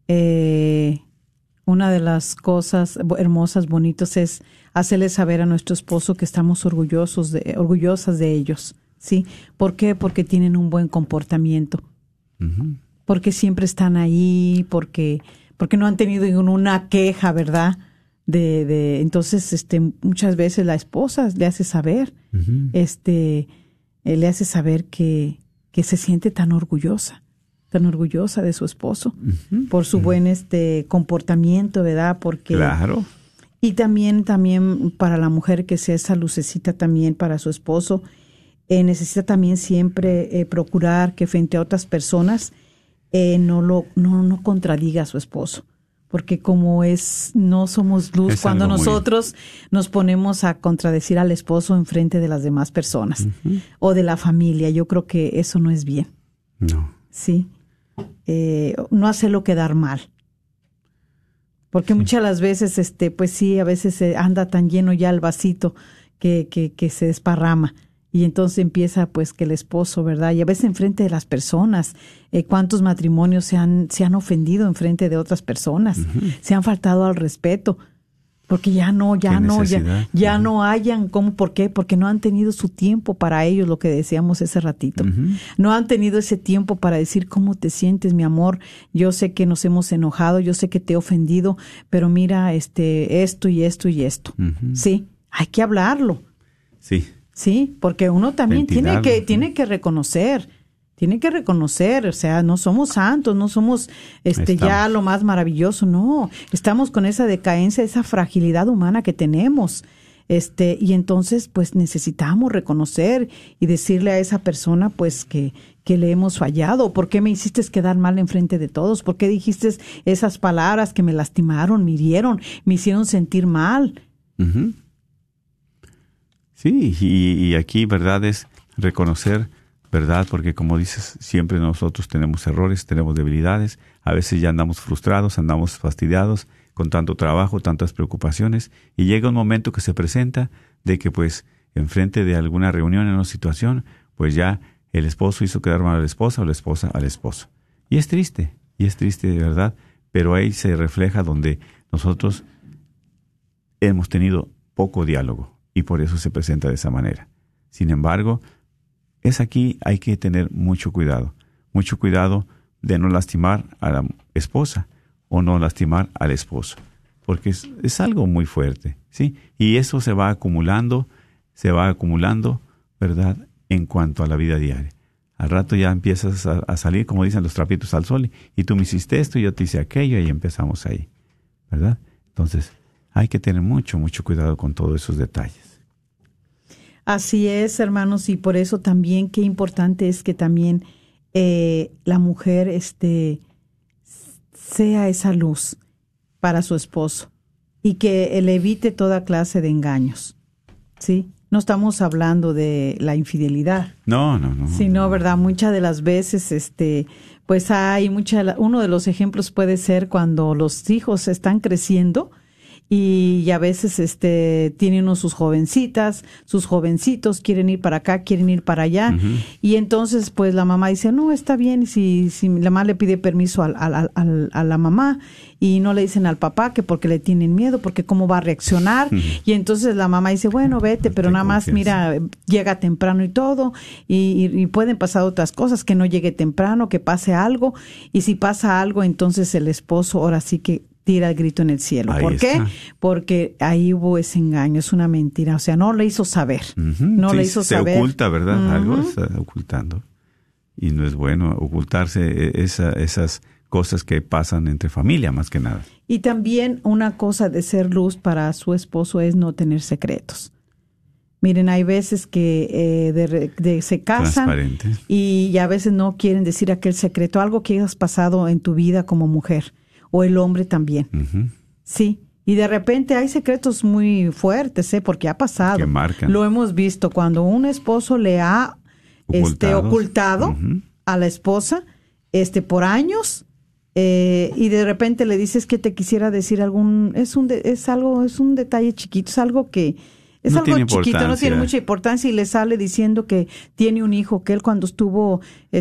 Una de las cosas hermosas, bonitas, es hacerles saber a nuestro esposo que estamos orgullosas de ellos. ¿Sí? ¿Por qué? Porque tienen un buen comportamiento. Porque siempre están ahí, porque no han tenido ninguna queja, ¿verdad? Entonces, muchas veces la esposa le hace saber, le hace saber que se siente tan orgullosa tan orgullosa de su esposo por su buen comportamiento, ¿verdad? Porque Claro. y también para la mujer que sea esa lucecita también para su esposo, necesita también siempre procurar que frente a otras personas no contradiga a su esposo. Porque como no somos luz Es cuando algo muy- nosotros nos ponemos a contradecir al esposo en frente de las demás personas o de la familia. Yo creo que eso no es bien, No. ¿sí? No hacerlo quedar mal. Porque muchas las veces, pues sí, a veces anda tan lleno ya el vasito que se desparrama. Y entonces empieza pues que el esposo, ¿verdad? Y a veces enfrente de las personas, ¿cuántos matrimonios se han ofendido enfrente de otras personas? Se han faltado al respeto, porque ya no hayan, ¿cómo? ¿Por qué? Porque no han tenido su tiempo para ellos, lo que decíamos ese ratito. No han tenido ese tiempo para decir, ¿cómo te sientes, mi amor? Yo sé que nos hemos enojado, yo sé que te he ofendido, pero mira, esto y esto y esto. Sí, hay que hablarlo. Sí. Sí, porque uno también tiene que reconocer, o sea, no somos santos, no somos ya lo más maravilloso, no, estamos con esa decadencia, esa fragilidad humana que tenemos, y entonces pues necesitamos reconocer y decirle a esa persona pues que le hemos fallado. ¿Por qué me hiciste quedar mal enfrente de todos? ¿Por qué dijiste esas palabras que me lastimaron, me hirieron, me hicieron sentir mal? Sí, y aquí, ¿verdad? Es reconocer, ¿verdad? Porque como dices, siempre nosotros tenemos errores, tenemos debilidades, a veces ya andamos frustrados, andamos fastidiados con tanto trabajo, tantas preocupaciones, y llega un momento que se presenta de que pues enfrente de alguna reunión en una situación, pues ya el esposo hizo quedar mal a la esposa o la esposa al esposo. Y es triste de verdad, pero ahí se refleja donde nosotros hemos tenido poco diálogo. Y por eso se presenta de esa manera. Sin embargo, hay que tener mucho cuidado de no lastimar a la esposa o no lastimar al esposo, porque es algo muy fuerte, ¿sí? Y eso se va acumulando, ¿verdad? En cuanto a la vida diaria. Al rato ya empiezas a salir, como dicen, los trapitos al sol, y tú me hiciste esto y yo te hice aquello, y empezamos ahí, ¿verdad? Entonces, hay que tener mucho cuidado con todos esos detalles. Así es, hermanos, y por eso también qué importante es que también la mujer sea esa luz para su esposo y que le evite toda clase de engaños, ¿sí? No estamos hablando de la infidelidad. No. Sino, ¿verdad? Muchas de las veces, pues uno de los ejemplos puede ser cuando los hijos están creciendo y a veces tienen uno sus jovencitas, sus jovencitos quieren ir para acá, quieren ir para allá, y entonces pues la mamá dice, no, está bien, si la mamá le pide permiso a la mamá y no le dicen al papá que porque le tienen miedo, porque cómo va a reaccionar, y entonces la mamá dice, bueno, vete, pero nada más, mira, llega temprano y todo, y pueden pasar otras cosas, que no llegue temprano, que pase algo, y si pasa algo, entonces el esposo ahora sí que tira el grito en el cielo. Ahí ¿Por qué? está. Porque ahí hubo ese engaño, es una mentira. O sea, no le hizo saber. No le hizo saber. Se oculta, ¿verdad? Algo está ocultando. Y no es bueno ocultarse esas cosas que pasan entre familia, más que nada. Y también una cosa de ser luz para su esposo es no tener secretos. Miren, hay veces que se casan y a veces no quieren decir aquel secreto, algo que has pasado en tu vida como mujer. O el hombre también. Sí. Y de repente hay secretos muy fuertes, porque ha pasado. Que marcan. Lo hemos visto cuando un esposo le ha ocultado a la esposa por años y de repente le dices que te quisiera decir es un detalle chiquito, es algo que es no algo chiquito, no tiene mucha importancia, y le sale diciendo que tiene un hijo, que él cuando estuvo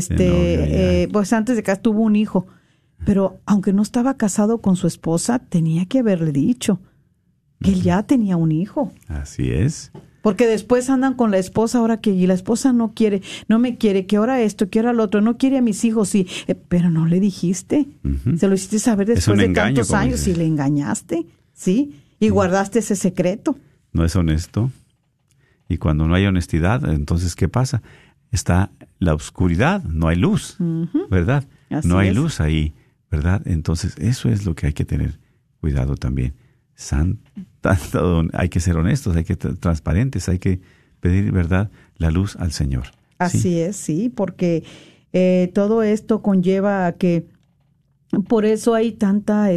pues antes de que tuvo un hijo. Pero aunque no estaba casado con su esposa, tenía que haberle dicho que él ya tenía un hijo. Así es. Porque después andan con la esposa ahora y la esposa no me quiere, que ahora esto, que ahora lo otro, no quiere a mis hijos, sí, pero no le dijiste. Se lo hiciste saber después de tantos años y le engañaste, ¿sí? Y guardaste ese secreto. No es honesto. Y cuando no hay honestidad, entonces, ¿qué pasa? Está la oscuridad, no hay luz, ¿verdad? Así no hay es. luz ahí, ¿verdad? Entonces, eso es lo que hay que tener cuidado también. Hay que ser honestos, hay que ser transparentes, hay que pedir, ¿verdad?, la luz al Señor. Así es, sí, porque todo esto conlleva a que por eso hay tanta, a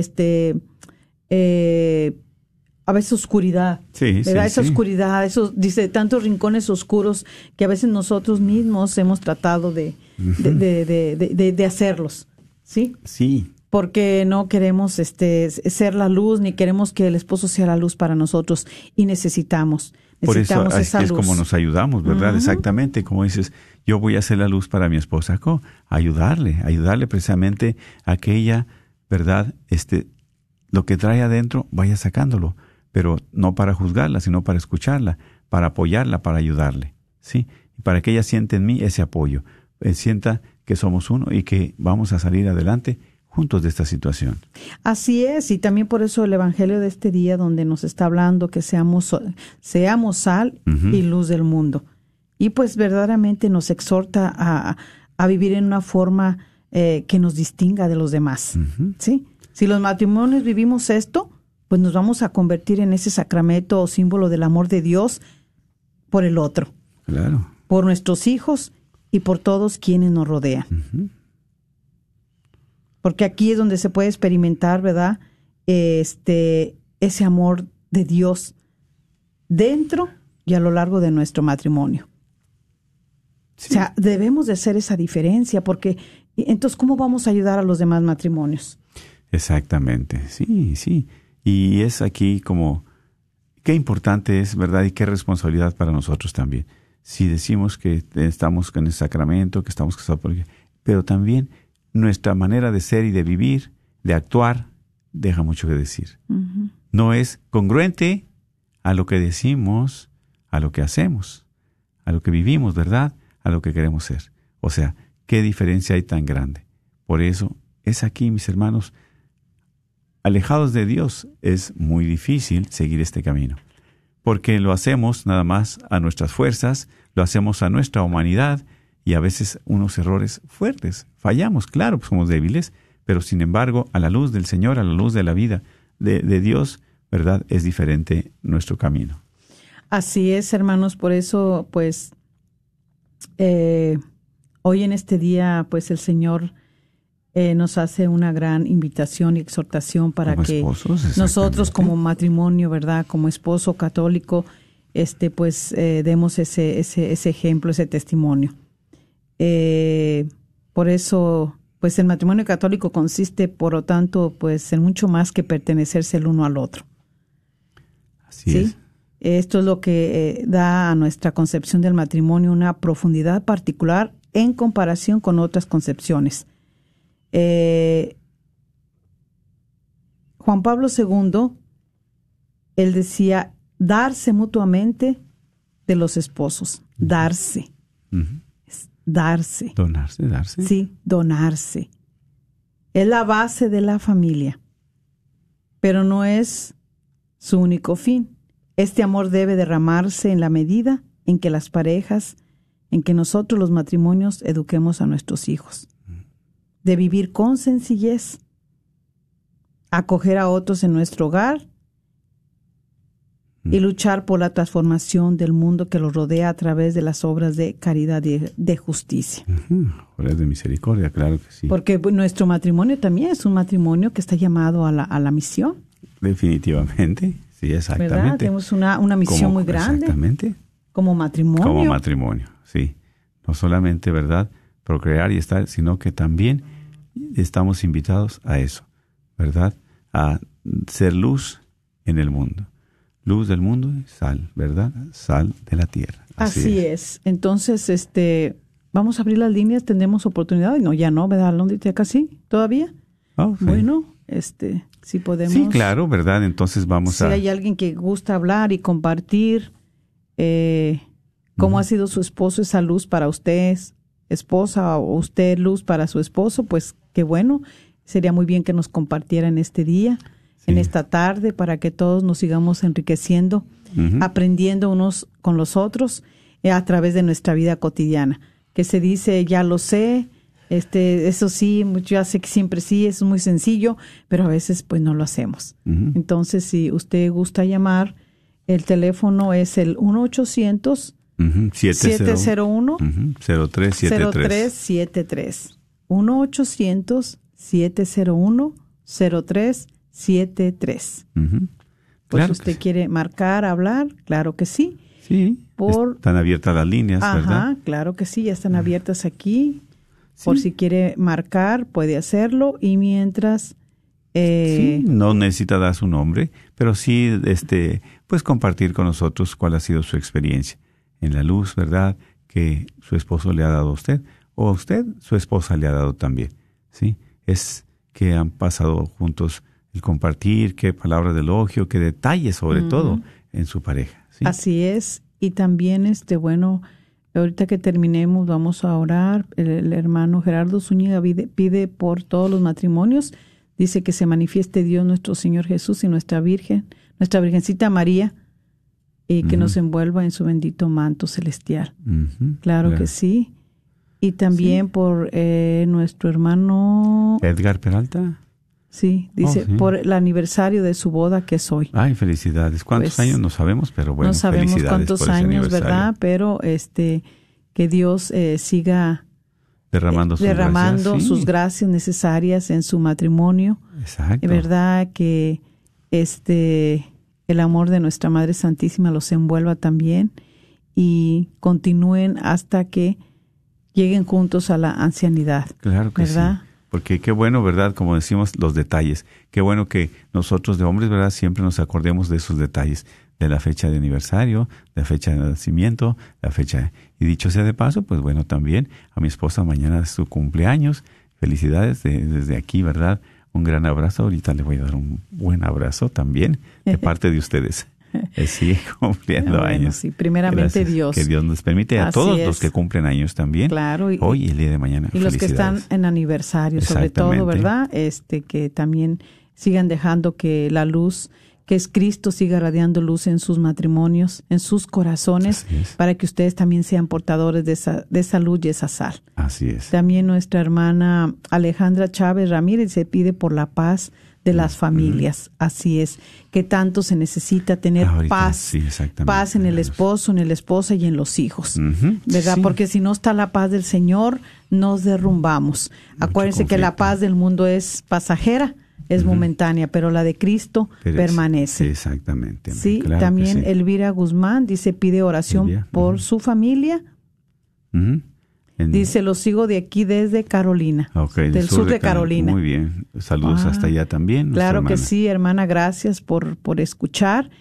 veces oscuridad, Sí, ¿verdad? Esa sí. oscuridad, dice, tantos rincones oscuros que a veces nosotros mismos hemos tratado de hacerlos, ¿sí? Sí, Porque no queremos ser la luz, ni queremos que el esposo sea la luz para nosotros, y necesitamos por eso así esa es luz. como nos ayudamos, ¿verdad? Ujú. Exactamente, como dices, yo voy a hacer la luz para mi esposa, ayudarle precisamente a que ella, ¿verdad?, lo que trae adentro vaya sacándolo, pero no para juzgarla, sino para escucharla, para apoyarla, para ayudarle, ¿sí? Y para que ella sienta en mí ese apoyo, sienta que somos uno y que vamos a salir adelante juntos de esta situación. Así es, y también por eso el evangelio de este día, donde nos está hablando que seamos sal y luz del mundo. Y pues verdaderamente nos exhorta a vivir en una forma que nos distinga de los demás. ¿Sí? Si los matrimonios vivimos esto, pues nos vamos a convertir en ese sacramento o símbolo del amor de Dios por el otro, Claro. por nuestros hijos y por todos quienes nos rodean. Porque aquí es donde se puede experimentar, ¿verdad?, ese amor de Dios dentro y a lo largo de nuestro matrimonio. Sí. O sea, debemos de hacer esa diferencia, porque entonces, ¿cómo vamos a ayudar a los demás matrimonios? Exactamente, sí, sí. Y es aquí como, qué importante es, ¿verdad? Y qué responsabilidad para nosotros también. Si decimos que estamos en el sacramento, que estamos casados, pero también nuestra manera de ser y de vivir, de actuar, deja mucho que decir. No es congruente a lo que decimos, a lo que hacemos, a lo que vivimos, ¿verdad?, a lo que queremos ser. O sea, qué diferencia hay tan grande. Por eso es aquí, mis hermanos, alejados de Dios es muy difícil seguir este camino, porque lo hacemos nada más a nuestras fuerzas, lo hacemos a nuestra humanidad y a veces unos errores fuertes. Fallamos, claro, pues somos débiles, pero sin embargo, a la luz del Señor, a la luz de la vida de Dios, ¿verdad?, es diferente nuestro camino. Así es, hermanos, por eso, pues, hoy en este día, pues el Señor nos hace una gran invitación y exhortación para Como que esposos, nosotros exactamente. como matrimonio, ¿verdad?, como esposo católico, pues demos ese ejemplo, ese testimonio. Por eso, pues el matrimonio católico consiste, por lo tanto, pues en mucho más que pertenecerse el uno al otro. Así es. Esto es lo que da a nuestra concepción del matrimonio una profundidad particular en comparación con otras concepciones. Juan Pablo II, él decía, darse mutuamente de los esposos, darse, darse. Donarse, darse. Sí, donarse. Es la base de la familia, pero no es su único fin. Este amor debe derramarse en la medida en que las parejas, en que nosotros los matrimonios eduquemos a nuestros hijos. De vivir con sencillez, acoger a otros en nuestro hogar y luchar por la transformación del mundo que los rodea a través de las obras de caridad y de justicia. Obras de misericordia, claro que sí. Porque nuestro matrimonio también es un matrimonio que está llamado a la misión. Definitivamente, sí, exactamente. ¿Verdad? Tenemos una misión muy grande. Exactamente. Como matrimonio. Como matrimonio, sí. No solamente, ¿verdad?, procrear y estar, sino que también estamos invitados a eso, ¿verdad? A ser luz en el mundo. Luz del mundo y sal, ¿verdad? Sal de la tierra. Así es. Entonces, vamos a abrir las líneas, tendremos oportunidad. No, ya no, ¿verdad, Londrita? ¿Casi? ¿Todavía? Oh, sí. Bueno, si podemos. Sí, claro, ¿verdad? Entonces vamos a... Si hay alguien que gusta hablar y compartir cómo ha sido su esposo, esa luz para usted, esposa, o usted luz para su esposo, pues qué bueno. Sería muy bien que nos compartiera en este día, en esta tarde, para que todos nos sigamos enriqueciendo, aprendiendo unos con los otros a través de nuestra vida cotidiana. Que se dice, ya lo sé, Eso sí, yo ya sé que siempre sí, es muy sencillo, pero a veces pues no lo hacemos. Entonces, si usted gusta llamar, el teléfono es el 1-800 701 0373. 1-800-701-0373. Pues Claro usted que sí. quiere marcar, hablar, claro que sí. Sí, están abiertas las líneas, ¿verdad? Claro que sí, ya están abiertas aquí. Por si quiere marcar, puede hacerlo. Y mientras... Sí, no necesita dar su nombre, pero sí pues compartir con nosotros cuál ha sido su experiencia en la luz, ¿verdad? Que su esposo le ha dado a usted, o a usted, su esposa le ha dado también, ¿sí? Es que han pasado juntos el compartir, qué palabras de elogio, qué detalles sobre todo en su pareja, ¿sí? Así es. Y también, bueno, ahorita que terminemos vamos a orar. El hermano Gerardo Zúñiga pide por todos los matrimonios. Dice que se manifieste Dios nuestro Señor Jesús y nuestra Virgencita María, y que nos envuelva en su bendito manto celestial. Claro que sí. Y también por nuestro hermano... Edgar Peralta. Sí, dice por el aniversario de su boda, que es hoy. Ay, felicidades. ¿Cuántos años? No sabemos, pero bueno, no sabemos felicidades cuántos por ese años, aniversario. ¿verdad? Pero que Dios siga derramando sus gracias necesarias en su matrimonio. Exacto. Es verdad que el amor de nuestra Madre Santísima los envuelva también y continúen hasta que lleguen juntos a la ancianidad. Claro que ¿verdad? Sí. Porque qué bueno, ¿verdad? Como decimos, los detalles. Qué bueno que nosotros de hombres, ¿verdad? Siempre nos acordemos de esos detalles, de la fecha de aniversario, de la fecha de nacimiento, la fecha... Y dicho sea de paso, pues bueno, también a mi esposa mañana es su cumpleaños. Felicidades desde aquí, ¿verdad? Un gran abrazo. Ahorita le voy a dar un buen abrazo también de parte de ustedes. Sigue cumpliendo años. Sí, primeramente Gracias. Dios. Que Dios nos permite a Así todos es. los que cumplen años también. Claro. Hoy y el día de mañana. Y los que están en aniversario, sobre todo, ¿verdad? Que también sigan dejando que la luz, que es Cristo, siga radiando luz en sus matrimonios, en sus corazones, para que ustedes también sean portadores de esa luz y esa sal. Así es. También nuestra hermana Alejandra Chávez Ramírez se pide por la paz de las familias. Así es, que tanto se necesita tener paz, paz en el esposo, en la esposa y en los hijos, ¿verdad? Sí. Porque si no está la paz del Señor, nos derrumbamos. Acuérdense que la paz del mundo es pasajera, es momentánea, pero la de Cristo permanece. Sí, exactamente. Sí, claro también Elvira Guzmán dice, pide oración por su familia. Dice, lo sigo de aquí desde Carolina, del sur de Carolina. Muy bien, saludos hasta allá también. Claro que sí, hermana, gracias por escuchar.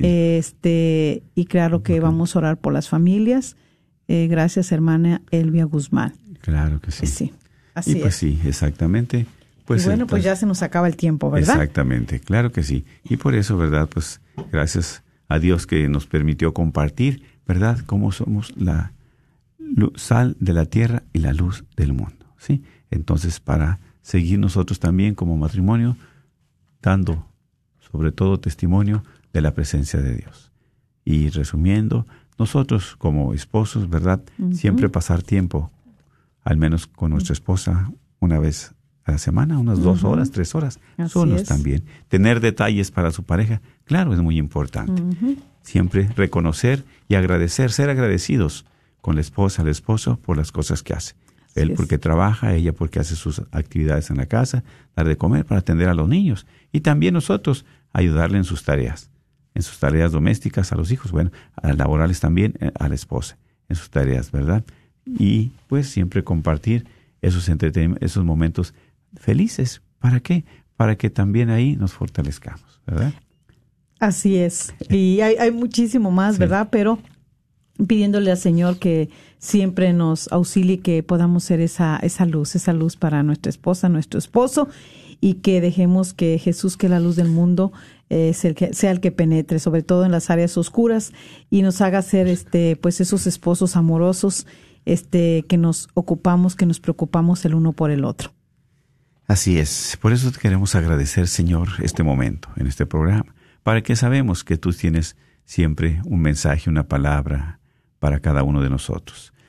Y claro que vamos a orar por las familias. Gracias, hermana Elvia Guzmán. Claro que sí. Sí, así pues es. Sí, exactamente. Pues, y bueno, pues ya se nos acaba el tiempo, ¿verdad? Exactamente, claro que sí. Y por eso, ¿verdad? Pues gracias a Dios que nos permitió compartir, ¿verdad? Cómo somos la sal de la tierra y la luz del mundo, ¿sí? Entonces, para seguir nosotros también como matrimonio, dando sobre todo testimonio de la presencia de Dios. Y resumiendo, nosotros como esposos, ¿verdad? Siempre pasar tiempo, al menos con nuestra esposa, una vez a la semana, unas 2 horas, 3 horas, solos también. Tener detalles para su pareja, claro, es muy importante. Siempre reconocer y agradecer, ser agradecidos con la esposa, el esposo, por las cosas que hace. Él porque trabaja, ella porque hace sus actividades en la casa, dar de comer para atender a los niños. Y también nosotros ayudarle en sus tareas domésticas a los hijos, bueno, a laborales también a la esposa, en sus tareas, ¿verdad? Y pues siempre compartir esos momentos felices. ¿Para qué? Para que también ahí nos fortalezcamos, ¿verdad? Así es. Y hay muchísimo más, ¿verdad? Pero pidiéndole al Señor que siempre nos auxilie, que podamos ser esa luz para nuestra esposa, nuestro esposo, y que dejemos que Jesús, que es la luz del mundo, sea el que penetre, sobre todo en las áreas oscuras, y nos haga ser pues esos esposos amorosos, que nos ocupamos, que nos preocupamos el uno por el otro. Así es. Por eso te queremos agradecer, Señor, este momento en este programa, para que sabemos que tú tienes siempre un mensaje, una palabra para cada uno de nosotros.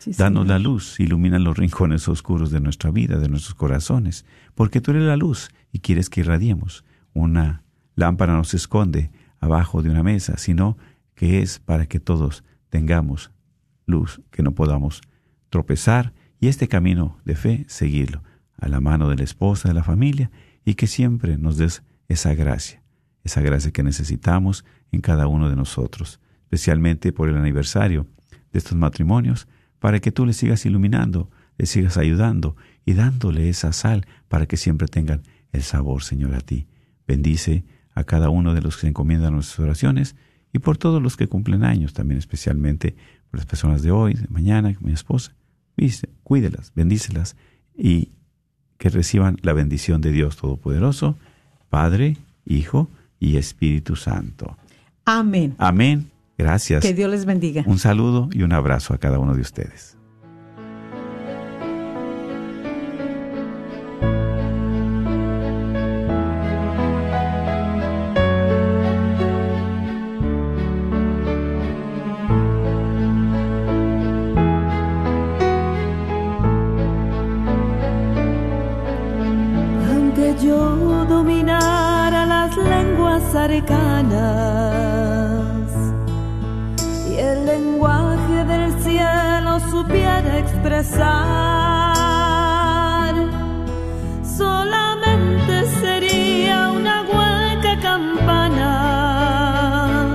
Sí, danos Señor. la luz, ilumina los rincones oscuros de nuestra vida, de nuestros corazones, porque tú eres la luz y quieres que irradiemos. Una lámpara no se esconde abajo de una mesa, sino que es para que todos tengamos luz, que no podamos tropezar y este camino de fe seguirlo a la mano de la esposa, de la familia, y que siempre nos des esa gracia que necesitamos en cada uno de nosotros, especialmente por el aniversario de estos matrimonios, para que tú les sigas iluminando, les sigas ayudando y dándole esa sal para que siempre tengan el sabor, Señor, a ti. Bendice a cada uno de los que se encomiendan nuestras oraciones y por todos los que cumplen años, también especialmente por las personas de hoy, de mañana, mi esposa. Cuídelas, bendícelas y que reciban la bendición de Dios Todopoderoso, Padre, Hijo y Espíritu Santo. Amén. Amén. Gracias. Que Dios les bendiga. Un saludo y un abrazo a cada uno de ustedes. Aunque yo dominara las lenguas arcanas y el lenguaje del cielo supiera expresar, solamente sería una hueca campana.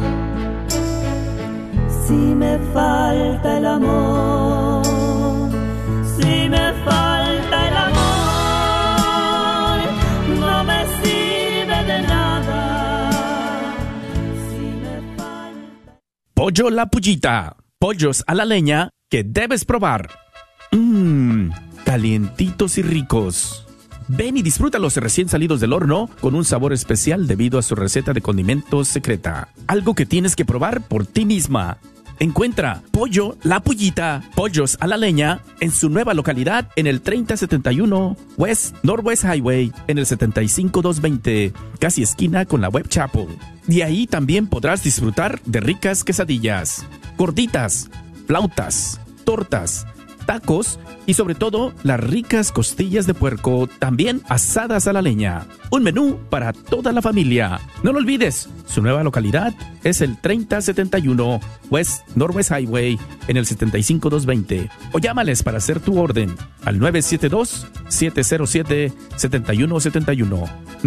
Si me falta el amor, si me falta el amor, no me sirve de nada. Si me falta... Pollo La Pullita. Pollos a la leña que debes probar. Calientitos y ricos. Ven y disfrútalos recién salidos del horno con un sabor especial debido a su receta de condimentos secreta. Algo que tienes que probar por ti misma. Encuentra Pollo La Pullita, pollos a la leña, en su nueva localidad en el 3071 West Northwest Highway, en el 75220, casi esquina con la Webb Chapel. De ahí también podrás disfrutar de ricas quesadillas, gorditas, flautas, tortas, tacos y sobre todo las ricas costillas de puerco, también asadas a la leña. Un menú para toda la familia. No lo olvides, su nueva localidad es el 3071 West Northwest Highway en el 75220. O llámales para hacer tu orden al 972-707-7171.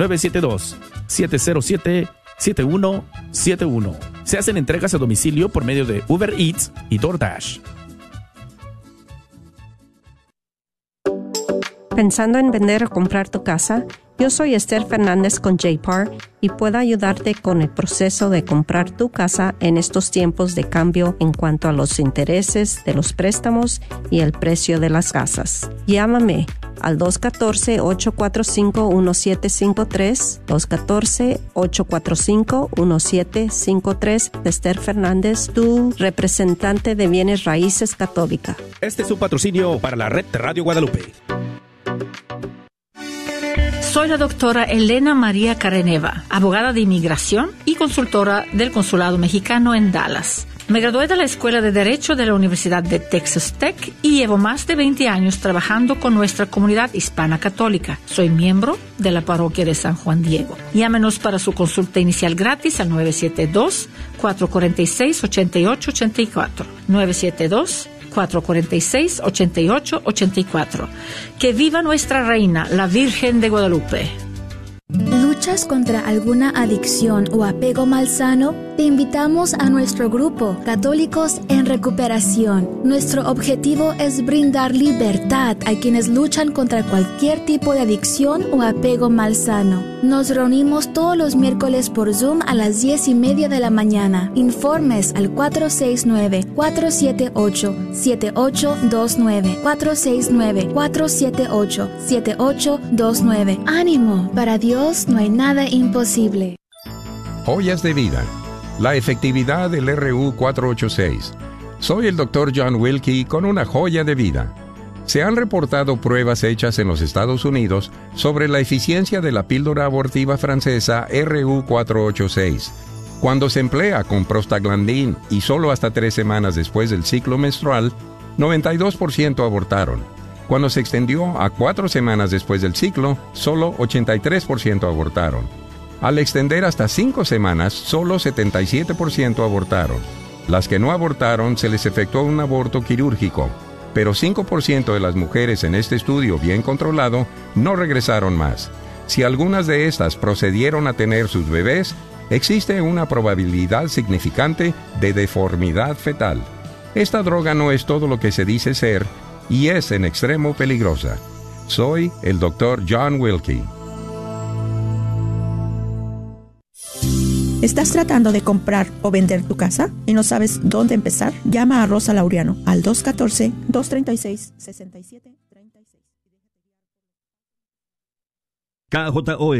972-707-7171. Se hacen entregas a domicilio por medio de Uber Eats y DoorDash. ¿Pensando en vender o comprar tu casa? Yo soy Esther Fernández con JPAR y puedo ayudarte con el proceso de comprar tu casa en estos tiempos de cambio en cuanto a los intereses de los préstamos y el precio de las casas. Llámame al 214-845-1753, 214-845-1753, Esther Fernández, tu representante de bienes raíces católica. Este es un patrocinio para la red de Radio Guadalupe. Soy la doctora Elena María Careneva, abogada de inmigración y consultora del Consulado Mexicano en Dallas. Me gradué de la Escuela de Derecho de la Universidad de Texas Tech y llevo más de 20 años trabajando con nuestra comunidad hispana católica. Soy miembro de la parroquia de San Juan Diego. Llámenos para su consulta inicial gratis al 972-446-8884. 972-446-8884. Que viva nuestra reina, la Virgen de Guadalupe. ¿Luchas contra alguna adicción o apego malsano? Te invitamos a nuestro grupo Católicos en Recuperación. Nuestro objetivo es brindar libertad a quienes luchan contra cualquier tipo de adicción o apego malsano. Nos reunimos todos los miércoles por Zoom a las 10:30 de la mañana. Informes al 469-478-7829. 469-478-7829. ¡Ánimo! Para Dios no hay nada imposible. Joyas de vida. La efectividad del RU 486. Soy el Dr. John Wilkie con una joya de vida. Se han reportado pruebas hechas en los Estados Unidos sobre la eficiencia de la píldora abortiva francesa RU 486. Cuando se emplea con prostaglandín y solo hasta 3 semanas después del ciclo menstrual, 92% abortaron. Cuando se extendió a 4 semanas después del ciclo, solo 83% abortaron. Al extender hasta 5 semanas, solo 77% abortaron. Las que no abortaron se les efectuó un aborto quirúrgico, pero 5% de las mujeres en este estudio bien controlado no regresaron más. Si algunas de estas procedieron a tener sus bebés, existe una probabilidad significante de deformidad fetal. Esta droga no es todo lo que se dice ser y es en extremo peligrosa. Soy el Dr. John Wilkie. ¿Estás tratando de comprar o vender tu casa y no sabes dónde empezar? Llama a Rosa Laureano al 214-236-6736. KJON